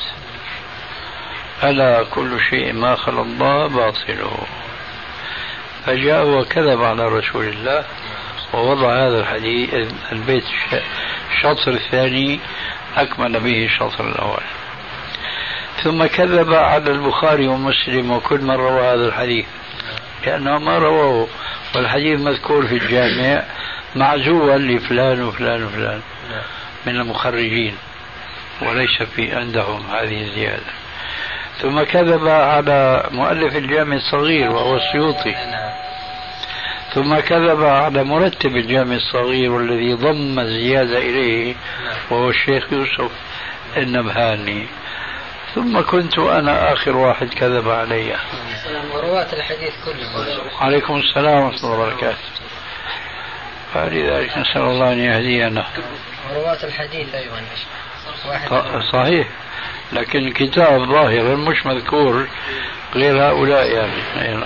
B: ألا كل شيء ما خلا الله باطل. فجاء وكذب على رسول الله ووضع هذا الحديث البيت الشطر الثاني أكمل به الشطر الأول، ثم كذب على البخاري ومسلم وكل من روى هذا الحديث لأنه ما رواه، والحديث مذكور في الجامع معزوا لفلان وفلان وفلان من المخرجين وليس في عندهم هذه الزيادة. ثم كذب على مؤلف الجامع الصغير وهو السيوطي، ثم كذب على مرتب الجامع الصغير والذي ضم الزيادة إليه وهو الشيخ يوسف النبهاني. ثم كنت أنا آخر واحد كذب علي.
E: ورواة الحديث كلهم.
B: عليكم السلام ورحمة الله وبركاته. فلذلك نسأل الله أن يهدينا.
E: ورواة الحديث أيضا
B: واحد صحيح، لكن الكتاب ظاهرا مش مذكور غير هؤلاء يعني.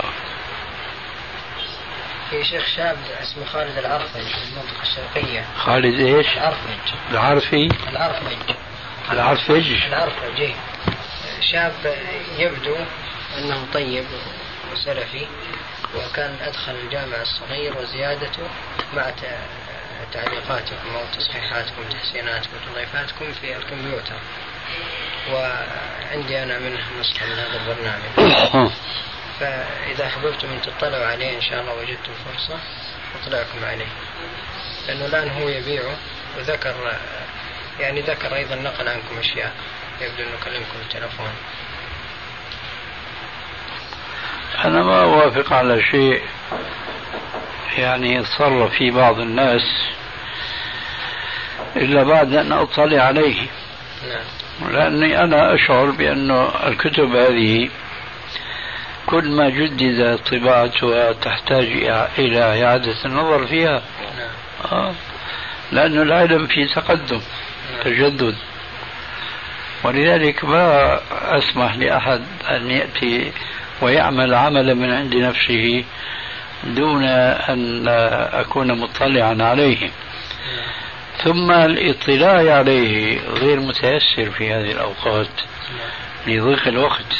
E: في شيخ شاب اسمه خالد العرفج في المنطقة الشرقية.
B: خالد ايش؟
E: العرفج.
B: العرفي؟
E: العرفج.
B: العرفج؟
E: العرفج. شاب يبدو أنه طيب وسلفي، وكان أدخل الجامع الصغير وزيادته مع تعليقاتكم أو تصحيحاتكم وتحسيناتكم وتضيفاتكم في الكمبيوتر، وعندي أنا منه نسخة من هذا البرنامج، فإذا حببتم أن تطلعوا عليه إن شاء الله وجدتم فرصة اطلعكم عليه، لأنه الآن هو يبيعه، وذكر يعني ذكر أيضا نقل عنكم أشياء يبدو أنه كلمكم التلفون.
B: أنا ما أوافق على شيء يعني يتصرف في بعض الناس إلا بعد أن أطلع عليه.
E: نعم.
B: لأني أنا أشعر بأن الكتب هذه كل ما جدد طباعتها تحتاج إلى إعادة النظر فيها.
E: نعم.
B: آه. لأن العلم في تقدم. نعم. تجدد، ولذلك ما أسمح لأحد أن يأتي ويعمل عملا من عند نفسه دون أن أكون مطلعا عليه. ثم الاطلاع عليه غير متيسر في هذه الأوقات لضيق الوقت،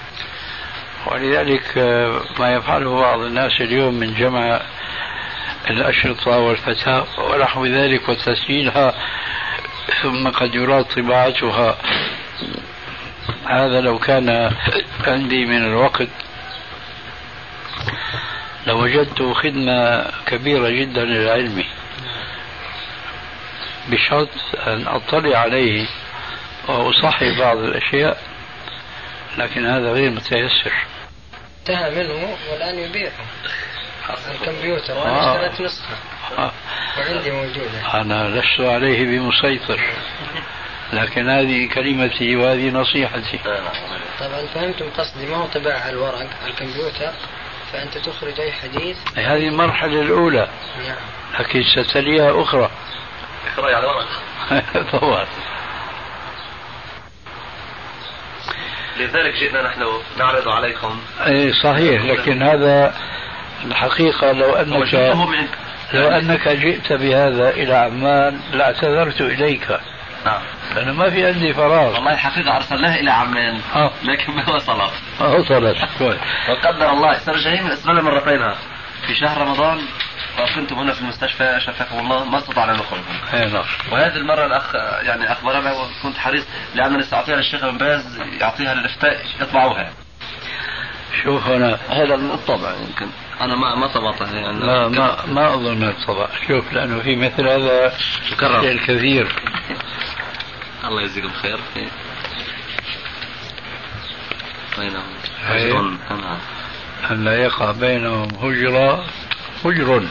B: ولذلك ما يفعله بعض الناس اليوم من جمع الأشرطة والفتاوى ونحو ذلك وتسجيلها ثم قد يراد طباعتها، هذا لو كان عندي من الوقت لوجدت خدمة كبيرة جدا للعلم، بشرط أن أطلع عليه وأصحح بعض الأشياء، لكن هذا غير متيسر.
E: انتهى منه والآن يبيعه الكمبيوتر، وأنا
B: آه.
E: اشتريت نسخة
B: آه.
E: وعندي موجودة.
B: أنا لست عليه بمسيطر، لكن هذه كلمتي وهذه نصيحتي.
E: طبعا فهمتم قصدي، ما هو طباعة على الورق على الكمبيوتر، فأنت تخرج أي حديث.
B: هذه المرحلة الأولى.
E: نعم.
B: لكن ستليها أخرى.
D: اقرأي على ورق.
B: طبعا.
D: لذلك جئنا نحن نعرض عليكم.
B: أي صحيح، لكن هذا الحقيقة لو أنك لو أنك جئت بهذا إلى عمان لاعتذرت إليك.
D: نعم.
B: أنا ما في عندي فراغ.
D: والله الحقيقة أرسلناها إلى عمان
B: آه.
D: لكن ما وصلت.
B: ما وصلت.
D: وقدر الله استرجعين من أسبوع مرتين في شهر رمضان، وكنتم هنا في المستشفى شفاكم الله، ما استطعنا نخرج.
B: نعم.
D: وهذه المرة الأخ يعني أخبرنا وكنت حريص لأنني سأعطيها للشيخ بن باز يعطيها للإفتاء يطبعوها.
B: شوف هنا
D: هذا الطبع يمكن أنا ما ما طبعتها يعني.
B: لا ما ما أظن الطبع. شوف لأنه في مثل هذا
D: مكرر
B: الكثير.
D: الله يجزيكم خير. بينهم
B: هجر أن لا يقع بينهم هجرة هجر.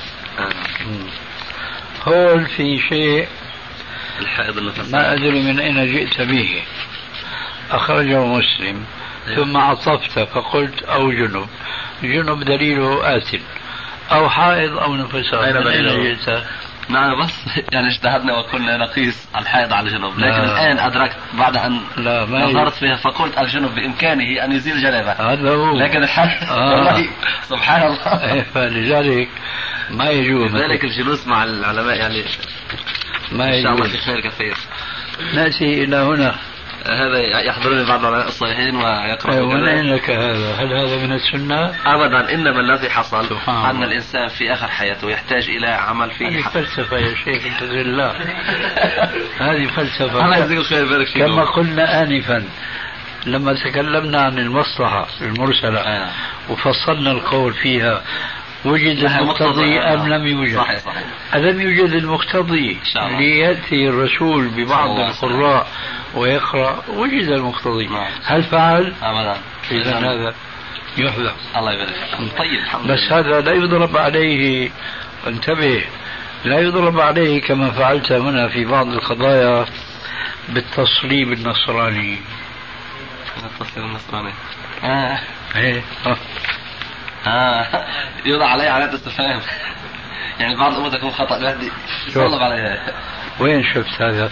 B: هول في شيء
D: الحائض النفس
B: ما أدري من أين جئت به، أخرجه مسلم ثم عطفت فقلت أو جنب. جنب دليله آت، أو حائض أو نفساء.
D: أين دليله؟ نعم بس يعني اجتهدنا وقلنا نقيس الحائض على الجنوب، لكن الآن أدركت بعد أن نظرت فيها فقلت الجنوب بإمكانه أن يزيل جنابه،
B: هذا هو.
D: لكن الحائض آه. والله سبحان الله.
B: فلذلك ما يجوز
D: لذلك الجلوس مع العلماء يعني
B: ما يجوز.
D: إن شاء الله في خير كثير.
B: نأتي إلى هنا.
D: هذا يحضرني بعض العلماء الصالحين ويقرأ.
B: وين لك هذا؟ هل هذا من السنة؟
D: أبدا، إنما الذي حصل أن الإنسان في آخر حياته يحتاج إلى عمل فيه.
B: هذه فلسفة يا شيخ انتظر الله. هذه فلسفة.
D: الله يجزيك الخير بارك فيكم.
B: كما قلنا آنفا لما تكلمنا عن المصلحة المرسلة آه. وفصلنا القول فيها، وجد المقتضي أم لم يوجد؟
D: صحيح صحيح.
B: ألم يوجد المقتضي ليأتي الرسول ببعض القراء ويقرأ؟ وجد المقتضي. نعم. هل فعل؟
D: أبدا.
B: إذا هذا يحذف.
D: الله يبارك. طيب
B: بس هذا لا يضرب عليه، انتبه، لا يضرب عليه كما فعلت هنا في بعض القضايا بالتصليب النصراني.
D: التصوير النصراني. اه
B: ايه اه
D: اه يوضع عليه علامة استفهام. يعني بعض الأمور تكون خطأ الواحد يصلب عليها.
B: وين شفت هذا؟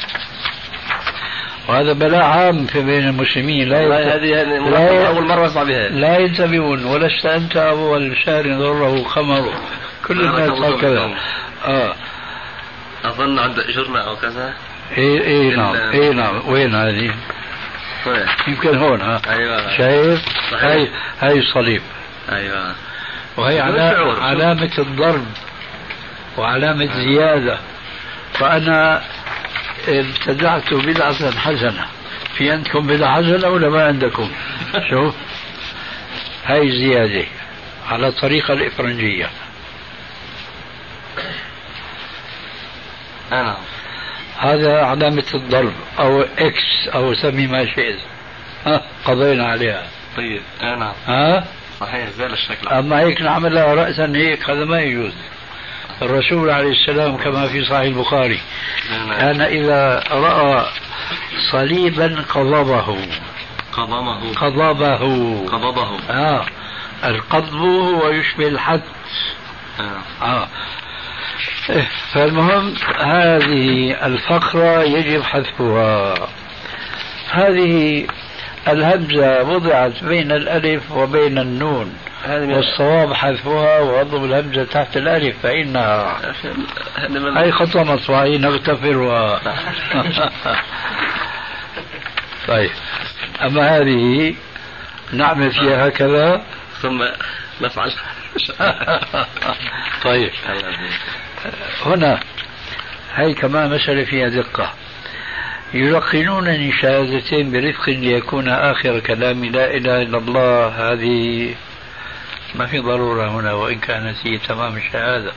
B: وهذا بلاء عام في بين المسلمين. لا
D: والله هذه يعني لا أول مرة أسمع بها.
B: لا ينتبهون. ولست أنت أول شهر ضره خمره. كل الناس هكذا. اه
D: أظن عند جرنا أو كذا.
B: ايه ايه نعم ايه نعم. وين هذه؟ يمكن هون. ها
D: أيوة.
B: شايف؟ هاي هاي الصليب.
D: أيوة.
B: وهي على علامة الضرب وعلامة زيادة. فأنا ابتدعت بدعة حسنة. في عندكم بدعة حسنة ولا ما عندكم؟ شوف هاي زيادة على الطريقة الإفرنجية.
D: أنا
B: هذا علامة الضرب أو إكس أو سمي ما شئت. ها قضينا عليها.
D: طيب أنا
B: ها
D: صحيح زال الشكل.
B: أما هيك نعملها رأسا هيك هذا ما يجوز. الرسول عليه السلام كما في صحيح البخاري كان إذا رأى صليبا قضبه.
D: قضبه
B: قضبه
D: قضبه
B: آه القضب هو يشبه الحد.
D: آه.
B: آه. فالمهم هذه الفقرة يجب حذفها. هذه الهمزة وضعت بين الألف وبين النون والصواب حذفها ووضع الهمزة تحت الألف فإنها هاي خطوة مصباحية نغتفرها. طيب أما هذه نعمل فيها هكذا
D: ثم نفعل.
B: طيب هنا هاي كمان مسألة فيها دقة. يلقنونني شهادتين برفق ليكون آخر كلام لا إله إلا الله. هذه ما في ضرورة هنا وإن كانت هي تمام الشهادة.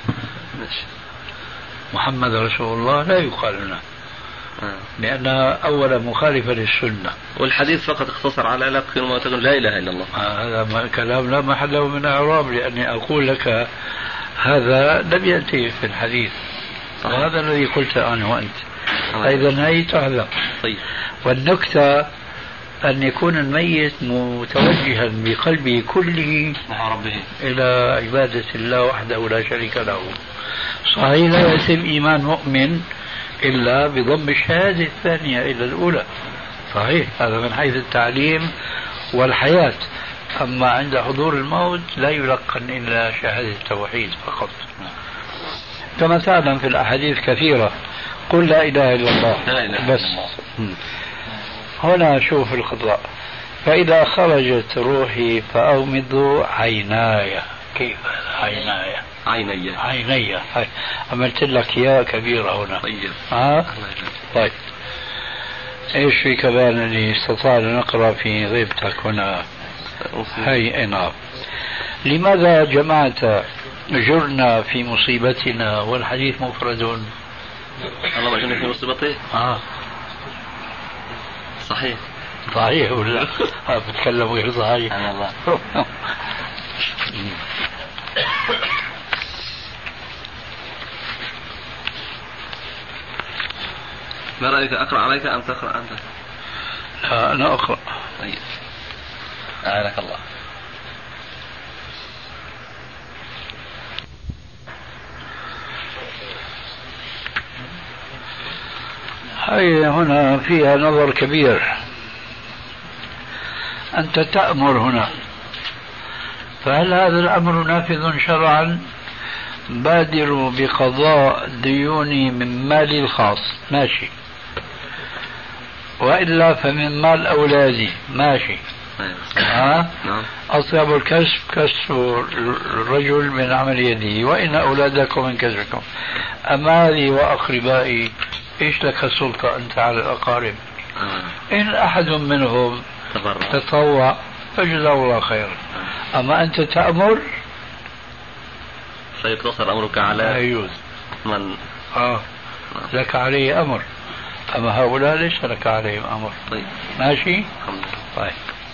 B: محمد رسول الله لا يقال هنا لأنها أولا مخالفة للسنة.
D: والحديث فقط اختصر على لقن ما تقول لا إله إلا الله.
B: هذا كلام لا محل له من إعراب لأني أقول لك هذا لم يأتي في الحديث. وهذا الذي قلت أنا وأنت. أيضا هي تعلم.
D: طيب.
B: والنكتة أن يكون الميت متوجها بقلبه كله
D: مع ربه
B: إلى عبادة الله وحده لا شريك له. صحيح لا يتم إيمان مؤمن إلا بضم الشهادة الثانية إلى الأولى. صحيح هذا من حيث التعليم والحياة. أما عند حضور الموت لا يلقن إلا شهادة التوحيد فقط. كما تعلم في الأحاديث كثيرة قل لا إله إلا الله
D: لا إله
B: بس. الله. هنا شوف الخطأ. فإذا خرجت روحي فأغمض عيناي. كيف عيناي؟
D: عيني
B: عيني. عملت لك يا كبيرة هنا.
D: طيب.
B: ها؟ طيب ايش في كمان اللي استطعنا نقرأ في غيبتك هنا؟ هي نعم. لماذا جمعت جرنا في مصيبتنا والحديث مفرد؟
D: الله ما جرنا في مصيبته.
B: اه
D: صحيح.
B: صحيح ولا بتكلم غير صحيح؟
D: أنا الله. ما رأيك أقرأ عليك أم تقرأ أنت؟
B: لا أنا أقرأ.
D: طيب أعانك الله.
B: هاي هنا فيها نظر كبير. أنت تأمر هنا، فهل هذا الأمر نافذ شرعا؟ بادروا بقضاء ديوني من مالي الخاص، ماشي، وإلا فمن مال أولادي، ماشي. ها؟ أصحاب الكسب كسب الرجل من عمل يده، وإن أولادكم من كسبكم. أما هذه وأقربائي إيش لك السلطة أنت على الأقارب؟ إن أحد منهم تطوع فجزاه الله خيرا، أما أنت تأمر
D: فيقتصر أمرك على
B: أيوز
D: من
B: آه لك عليه أمر، أما هؤلاء ليس لك عليهم أمر.
D: طيب
B: ماشي. طيب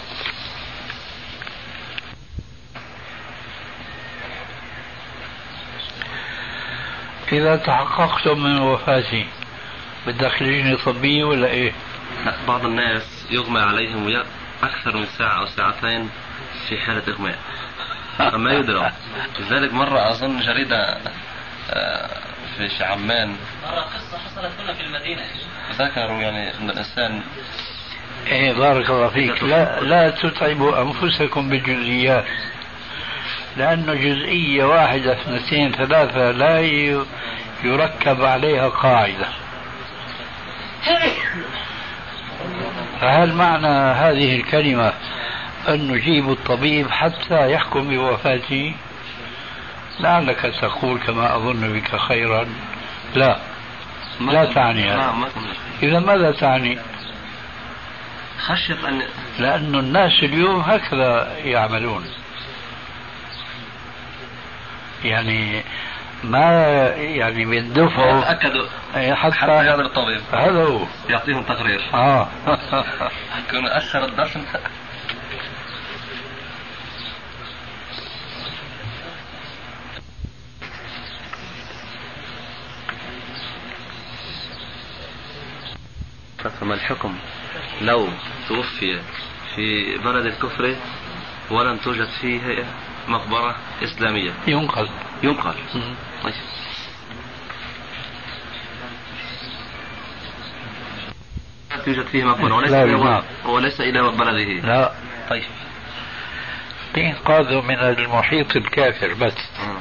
B: إذا تحققتم من وفاتي بدك تجيني طبية ولا إيه؟
D: بعض الناس يغمى عليهم أكثر من ساعة أو ساعتين في حالة إغماء ما يدرى. لذلك مرة أظن جريدة في عمان
A: مرة قصة حصلت هنا في المدينة
D: ذكروا يعني أن الإنسان.
B: إيه بارك الله فيك. لا لا تتعبوا أنفسكم بالجزئيات، لأنه جزئية واحدة اثنتين ثلاثة لا يركب عليها قاعدة. فهل معنى هذه الكلمة أن نجيب الطبيب حتى يحكم بوفاته؟ لعلك تقول كما أظن بك خيرا. لا لا تعني هذا. إذا ماذا تعني؟
D: خشية أن
B: لأن الناس اليوم هكذا يعملون، يعني ما يعني بيندفعوا
D: يتأكدوا
B: حتى,
D: حتى هذا الطبيب
B: هذا هو
D: يعطيهم تقرير.
B: آه
D: يكون أخر الدفن. فما الحكم لو توفي في بلد الكفر ولم توجد فيه مقبرة إسلامية؟
B: ينقل
D: ينقل طيب. توجد فيه مقبرة وليس إلى وليس إلى بلده.
B: لا
D: طيب.
B: إنقاذه من المحيط الكافر بس.
D: م.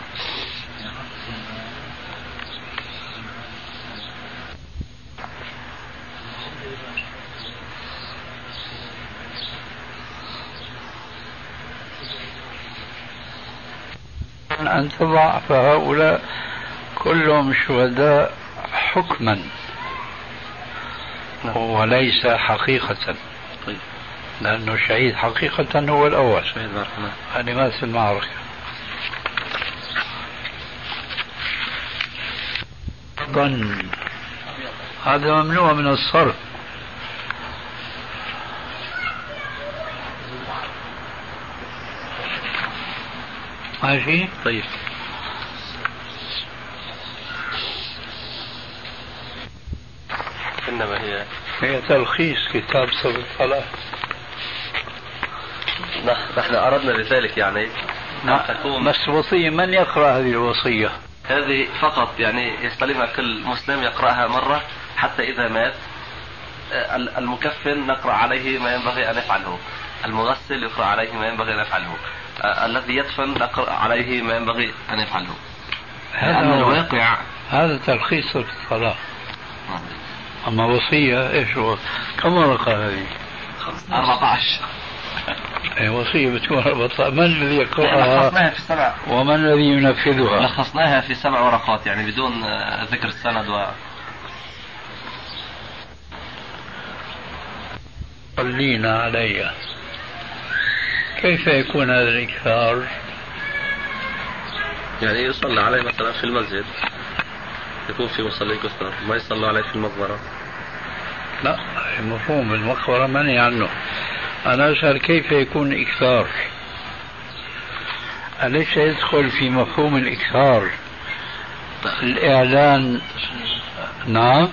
B: أن تضع فهؤلاء كلهم شهداء حكما وليس حقيقة.
D: طيب.
B: لأنه الشهيد حقيقة هو الأول
D: شهيد
B: هذه مات في المعركة. ظن هذا ممنوع من الصرف. ماشي.
D: طيب. إنما هي
B: هي تلخيص كتاب صفة الصلاة.
D: نحن أردنا لذلك يعني
B: تكون بس وصية. من يقرأ هذه الوصية؟
D: هذه فقط يعني يستلمها كل مسلم يقرأها مرة، حتى إذا مات المكفن نقرأ عليه ما ينبغي أن يفعله، المغسل يقرأ عليه ما ينبغي أن يفعله، الذي يدفن نقرأ عليه ما ينبغي أن يفعله.
B: هذا الواقع. هذا تلخيص الصلاة. أما وصية إيش هو؟ كم ورقة هذه؟
D: أربعة عشر.
B: أي وصية بتكون أربعة. من الذي يقرأها؟
D: لخصناها في سبع.
B: ومن الذي ينفذها؟
D: لخصناها في سبع ورقات يعني بدون ذكر السند و.
B: صلينا علي. كيف يكون هذا الإكثار؟
D: يعني يصلى عليه مثلا في المسجد، يكون في مصلي كثر، ما يصلى عليه في المقبرة.
B: لا مفهوم المقبرة منهي عنه. أنا أسأل كيف يكون إكثار؟ أليس يدخل في مفهوم الإكثار الإعلان؟ نعم.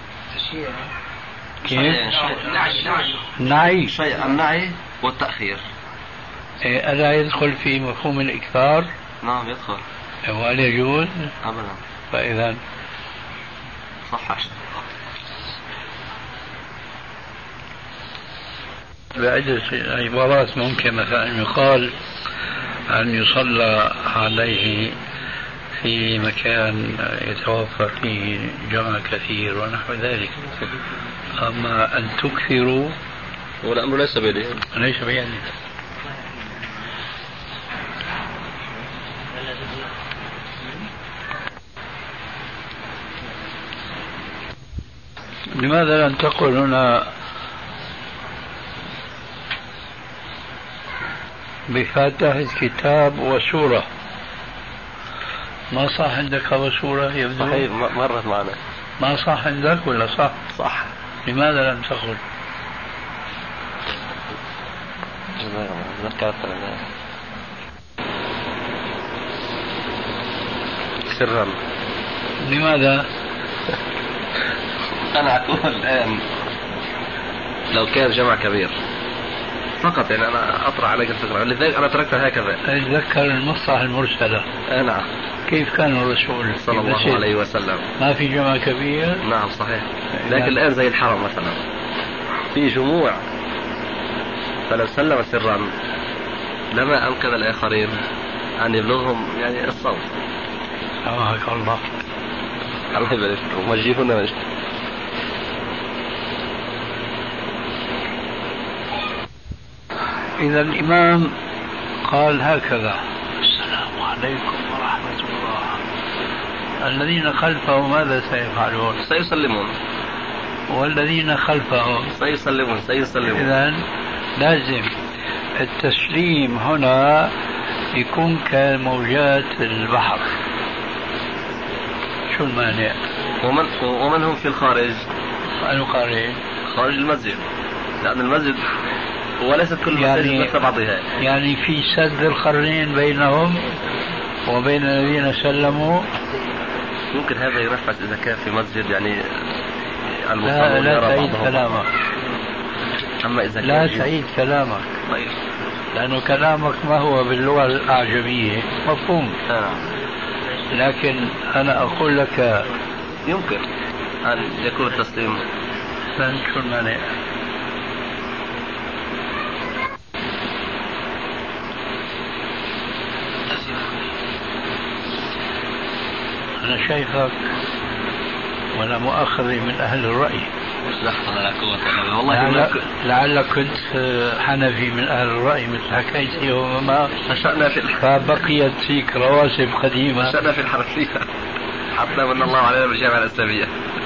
B: كيف؟ النعي.
D: شيء النعي والتأخير.
B: ألا يدخل في مفهوم الإكثار؟
D: نعم يدخل.
B: وهل يجوز؟
D: أبدا.
B: فإذا
D: صح.
B: بعدة عبارات ممكن مثلا يقال أن يصلى عليه في مكان يتوفر فيه جمع كثير ونحو ذلك. أما أن تكثروا
D: والأمر ليس بيدي.
B: ليس بيدي. لماذا لم تقل هنا بفاتحة كتاب وسورة؟ ما صح عندك وسورة يبدو؟
D: صحيح مرت معنا.
B: ما صح عندك ولا صح؟
D: صح.
B: لماذا لم تقل؟
D: ذكرت سرا.
B: لماذا؟
D: أنا أقول الآن لو كان جمع كبير فقط يعني أنا أطرح عليك الفكرة، لذلك أنا تركتها هكذا.
G: أتذكر المصلحة المرسلة.
D: آه نعم.
G: كيف كان الرسول
D: صلى الله عليه وسلم؟
G: ما في جمع كبير.
D: نعم صحيح. لكن الآن زي الحرم مثلا في جموع، فلو سلم سرا لما أمكن الآخرين أن يبلغهم يعني الصوت.
G: سامحك الله.
D: الله يبارك فيكم. وجهونا وجه.
G: إذا الإمام قال هكذا: السلام عليكم ورحمة الله. الذين خلفه ماذا سيفعلون؟
D: سيسلمون.
G: والذين خلفه
D: سيسلمون سيسلمون.
G: إذن لازم التسليم هنا يكون كموجات البحر. شو المانع؟
D: ومن, ومن هم في الخارج؟
G: الخارج
D: خارج المسجد، لأن المسجد وليست كل المساجد يعني مثل بعضها.
G: يعني في سد القرنين بينهم وبين الذين سلموا.
D: ممكن هذا ينفذ إذا كان في مسجد يعني
G: لا لا تعيد كلامك.
D: أما إذا
G: لا تعيد كلامك.
D: طيب.
G: لأنه كلامك ما هو باللغة الأعجمية مفهوم.
D: آه.
G: لكن أنا أقول لك
D: يمكن أن يكون التسليم.
G: شو المانع؟ أنا شايفك ولا مؤاخذ من أهل الرأي.
D: والله
G: لعل... لعلك كنت حنفي من أهل الرأي مثل حكايتي وما
D: نشأنا في
G: فبقيت فيك رواسب قديمة.
D: نشأنا في الحرفية حتى من الله علينا بالجامعة الإسلامية.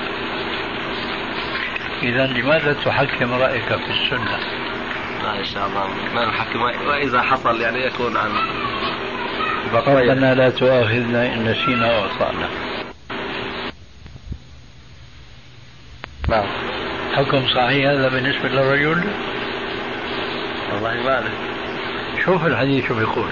G: إذا لماذا تحكم رأيك في السنة؟
D: لا إن شاء الله ما نحكم، وإذا حصل يعني يكون عن
G: ربنا لا تؤاخذنا إن نسينا وأخطأنا.
D: نعم.
G: حكم صحيح هذا بالنسبة للرجل؟
D: والله ما أعرف.
G: شوف الحديث شو بيقول.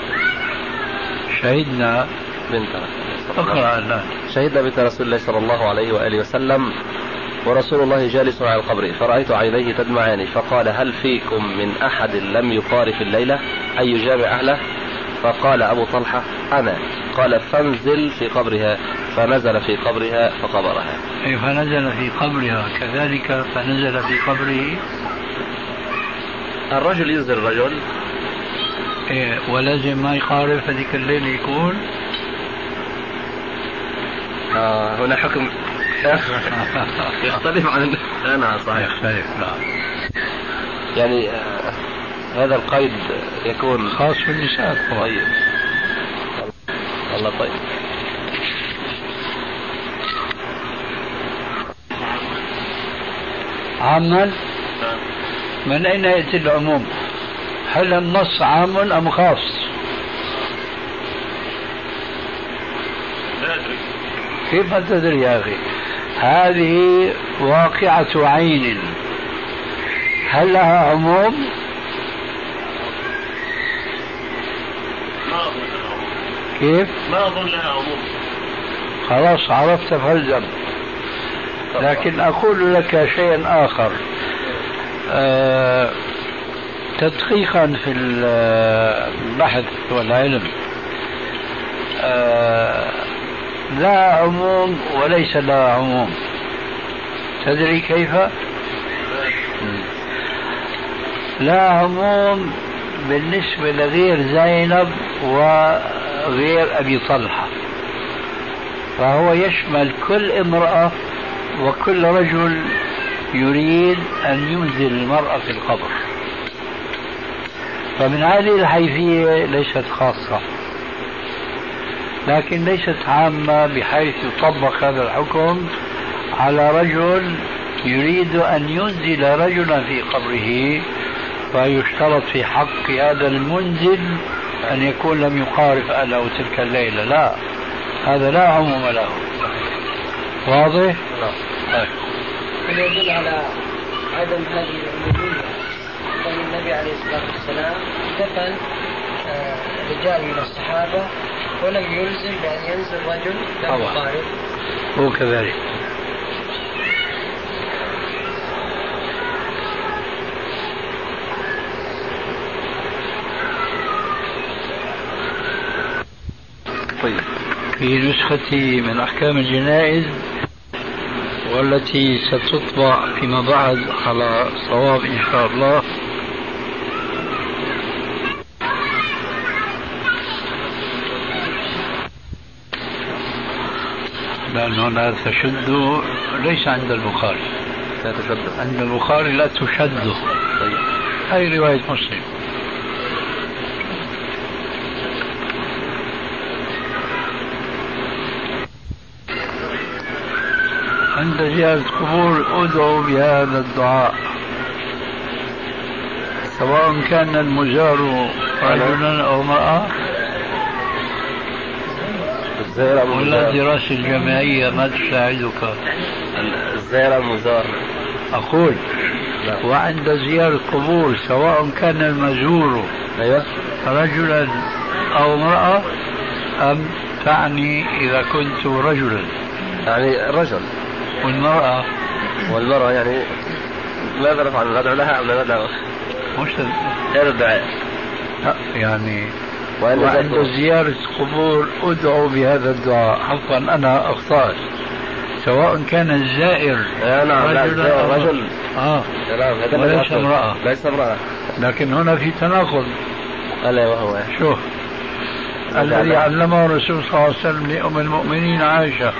G: شهدنا
D: بنت
G: اقرأ الآن.
D: شهدنا بنت رسول الله صلى الله عليه وآله وسلم ورسول الله جالس على القبر، فرأيت عينيه تدمعان، فقال: هل فيكم من أحد لم يقارف الليلة أي يجامع أهله؟ فقال أبو طلحة: أنا. قال: فانزل في قبرها. فنزل في قبرها فقبرها.
G: أي فنزل في قبرها كذلك فنزل في قبره.
D: الرجل ينزل الرجل
G: إيه ولازم ما يقارف هذيك الليل يكون.
D: آه هنا حكم يختلف عن أنا صحيح
G: يختلف. نعم.
D: يعني آه هذا القيد يكون
G: خاص بالنساء.
D: طيب والله طيب.
G: عاما من أين يأتي العموم؟ هل النص عام أم خاص؟ كيف تدري يا أخي؟ هذه واقعة عين، هل لها عموم؟ كيف؟
F: ما أظن لها عموم.
G: خلاص عرفت فالزم. لكن أقول لك شيئا آخر أه تدقيقا في البحث والعلم. أه لا عموم وليس لا عموم. تدري كيف؟ لا عموم بالنسبة لغير زينب وغير أبي طلحة، فهو يشمل كل امرأة وكل رجل يريد أن ينزل المرأة في القبر. فمن هذه الحيثية ليست خاصة، لكن ليست عامة بحيث يطبق هذا الحكم على رجل يريد أن ينزل رجلا في قبره، فيشترط في حق هذا المنزل أن يكون لم يقارف أهله تلك الليلة. لا، هذا لا عموم له. واضح؟
E: لا. هذا يدل على عدم هذه العمومية. كان النبي عليه الصلاة والسلام دفن رجال من الصحابة ولم يلزم بأن ينزل رجل لم يقارف.
G: هو كذلك. في نسختي من أحكام الجنائز والتي ستطبع فيما بعد على صواب إن شاء الله، لأن هنا تشد ليس عند البخاري،
D: لا تشد
G: عند البخاري لا تشد.
D: طيب.
G: هاي رواية مسلم. عند زيارة قبور ادعوا بهذا الدعاء سواء كان المزار رجلا أو امرأة. ولا دراسة الجامعية ما تساعدك؟
D: الزائر المزار.
G: أقول لا. وعند زيارة قبور سواء كان المزور
D: أيوة.
G: رجلا أو امرأة أم تعني إذا كنت رجلا؟
D: يعني رجل.
G: والمرأة
D: والمرأة يعني ماذا نفعل؟ ندعو لها أم لا ندعو؟
G: مش
D: غير الدعاء.
G: يعني وعند زيارة قبور ادعوا بهذا الدعاء. عفوا أنا أخطأت، سواء كان الزائر
D: رجل أو رجل
G: آه وليس امرأة.
D: ليس امرأة،
G: لكن هنا في تناقض.
D: ألا وهو
G: شوف الذي علمه الرسول صلى الله عليه وسلم لأم المؤمنين عائشة.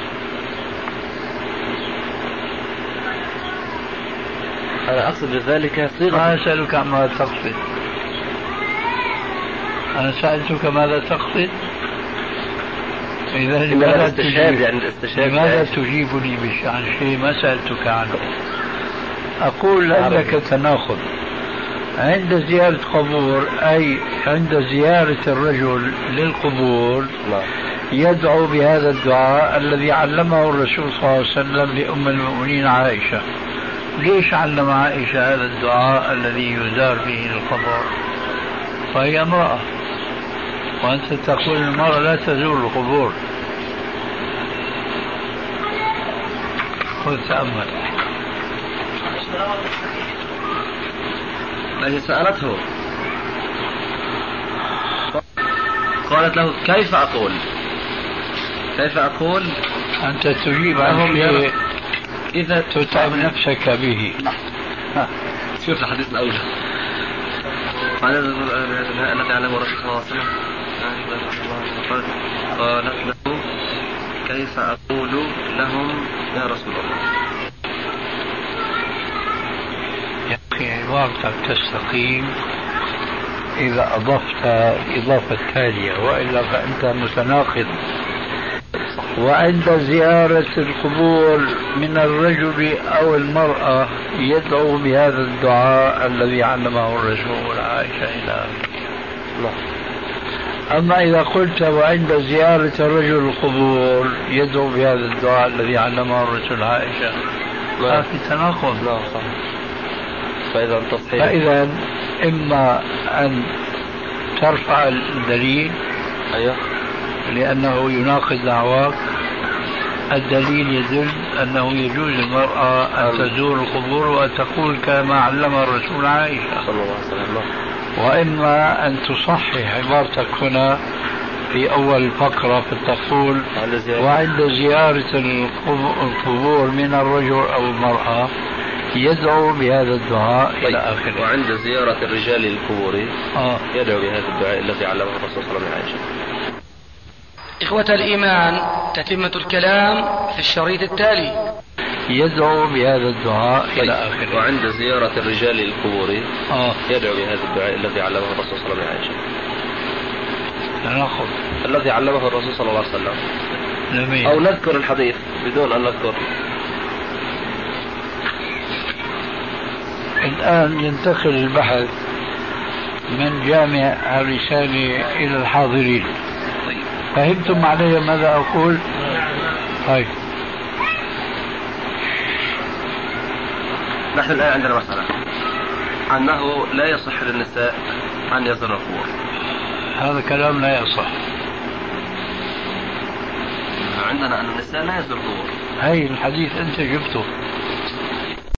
D: أنا أقصد بذلك صيغة.
G: ما أسألك عما تقصد، أنا سألتك ماذا تقصد. إذا لماذا تجيب يعني لماذا تجيبني عن شيء ما سألتك عنه؟ أقول لك تناقض. عند زيارة قبور أي عند زيارة الرجل للقبور يدعو بهذا الدعاء الذي علمه الرسول صلى الله عليه وسلم لأم المؤمنين عائشة. ليش علم عائشة هذا الدعاء الذي يزار به القبر؟ فهي امرأة، وأنت تقول المرأة لا تزور القبور. خذ تأمل.
D: التي سألته قالت له كيف أقول كيف أقول
G: أنت تجيب عن شيء
D: إذا
G: تتعب نفسك به.
D: شوف الحديث الأول الذي علمه الرسول صلى الله عليه وسلم قالت له كيف أقول لهم يا رسول الله.
G: يا أخي عبارتك تستقيم إذا أضفت الإضافة التالية، وإلا فأنت متناقض. وعند زيارة القبور من الرجل أو المرأة يدعو بهذا الدعاء الذي علمه الرسول عائشة إلى آخره. أما إذا قلت وعند زيارة الرجل القبور يدعو بهذا الدعاء الذي علمه الرسول عائشة، ما في تناقض.
D: لا صح. فإذا تصحيح
G: فإذا إما أن ترفع الدليل
D: أيوه
G: لأنه يناقض دعواك. الدليل يدل أنه يجوز للمرأة أن تزور القبور وتقول كما علم الرسول عائشة
D: صلى الله عليه وسلم.
G: وإما أن تصحح عبارتك هنا في أول فقرة فتقول وعند زيارة القبور من الرجل أو المرأة يدعو بهذا الدعاء إلى آخره.
D: وعند زيارة الرجال للقبور
G: آه.
D: يدعو بهذا الدعاء الذي علمه الرسول صلى الله عليه وسلم.
A: إخوة الإيمان، تتمة الكلام في الشريط التالي.
G: يدعو بهذا الدعاء إلى آخره.
D: وعند زيارة الرجال للقبور
G: آه.
D: يدعو بهذا الدعاء الذي علمه الرسول صلى الله عليه وسلم.
G: نأخذ
D: الذي علمه الرسول صلى الله عليه وسلم.
G: جميل.
D: أو نذكر الحديث بدون أن نذكر.
G: الآن ينتقل البحث من جامع الرسالة إلى الحاضرين. فهمتم علي ماذا أقول؟ طيب.
D: نحن الآن عندنا مسألة أنه لا يصح للنساء أن يزورن القبور.
G: هذا كلام لا يصح.
D: عندنا أن النساء لا يزورن القبور.
G: هاي الحديث أنت جبته.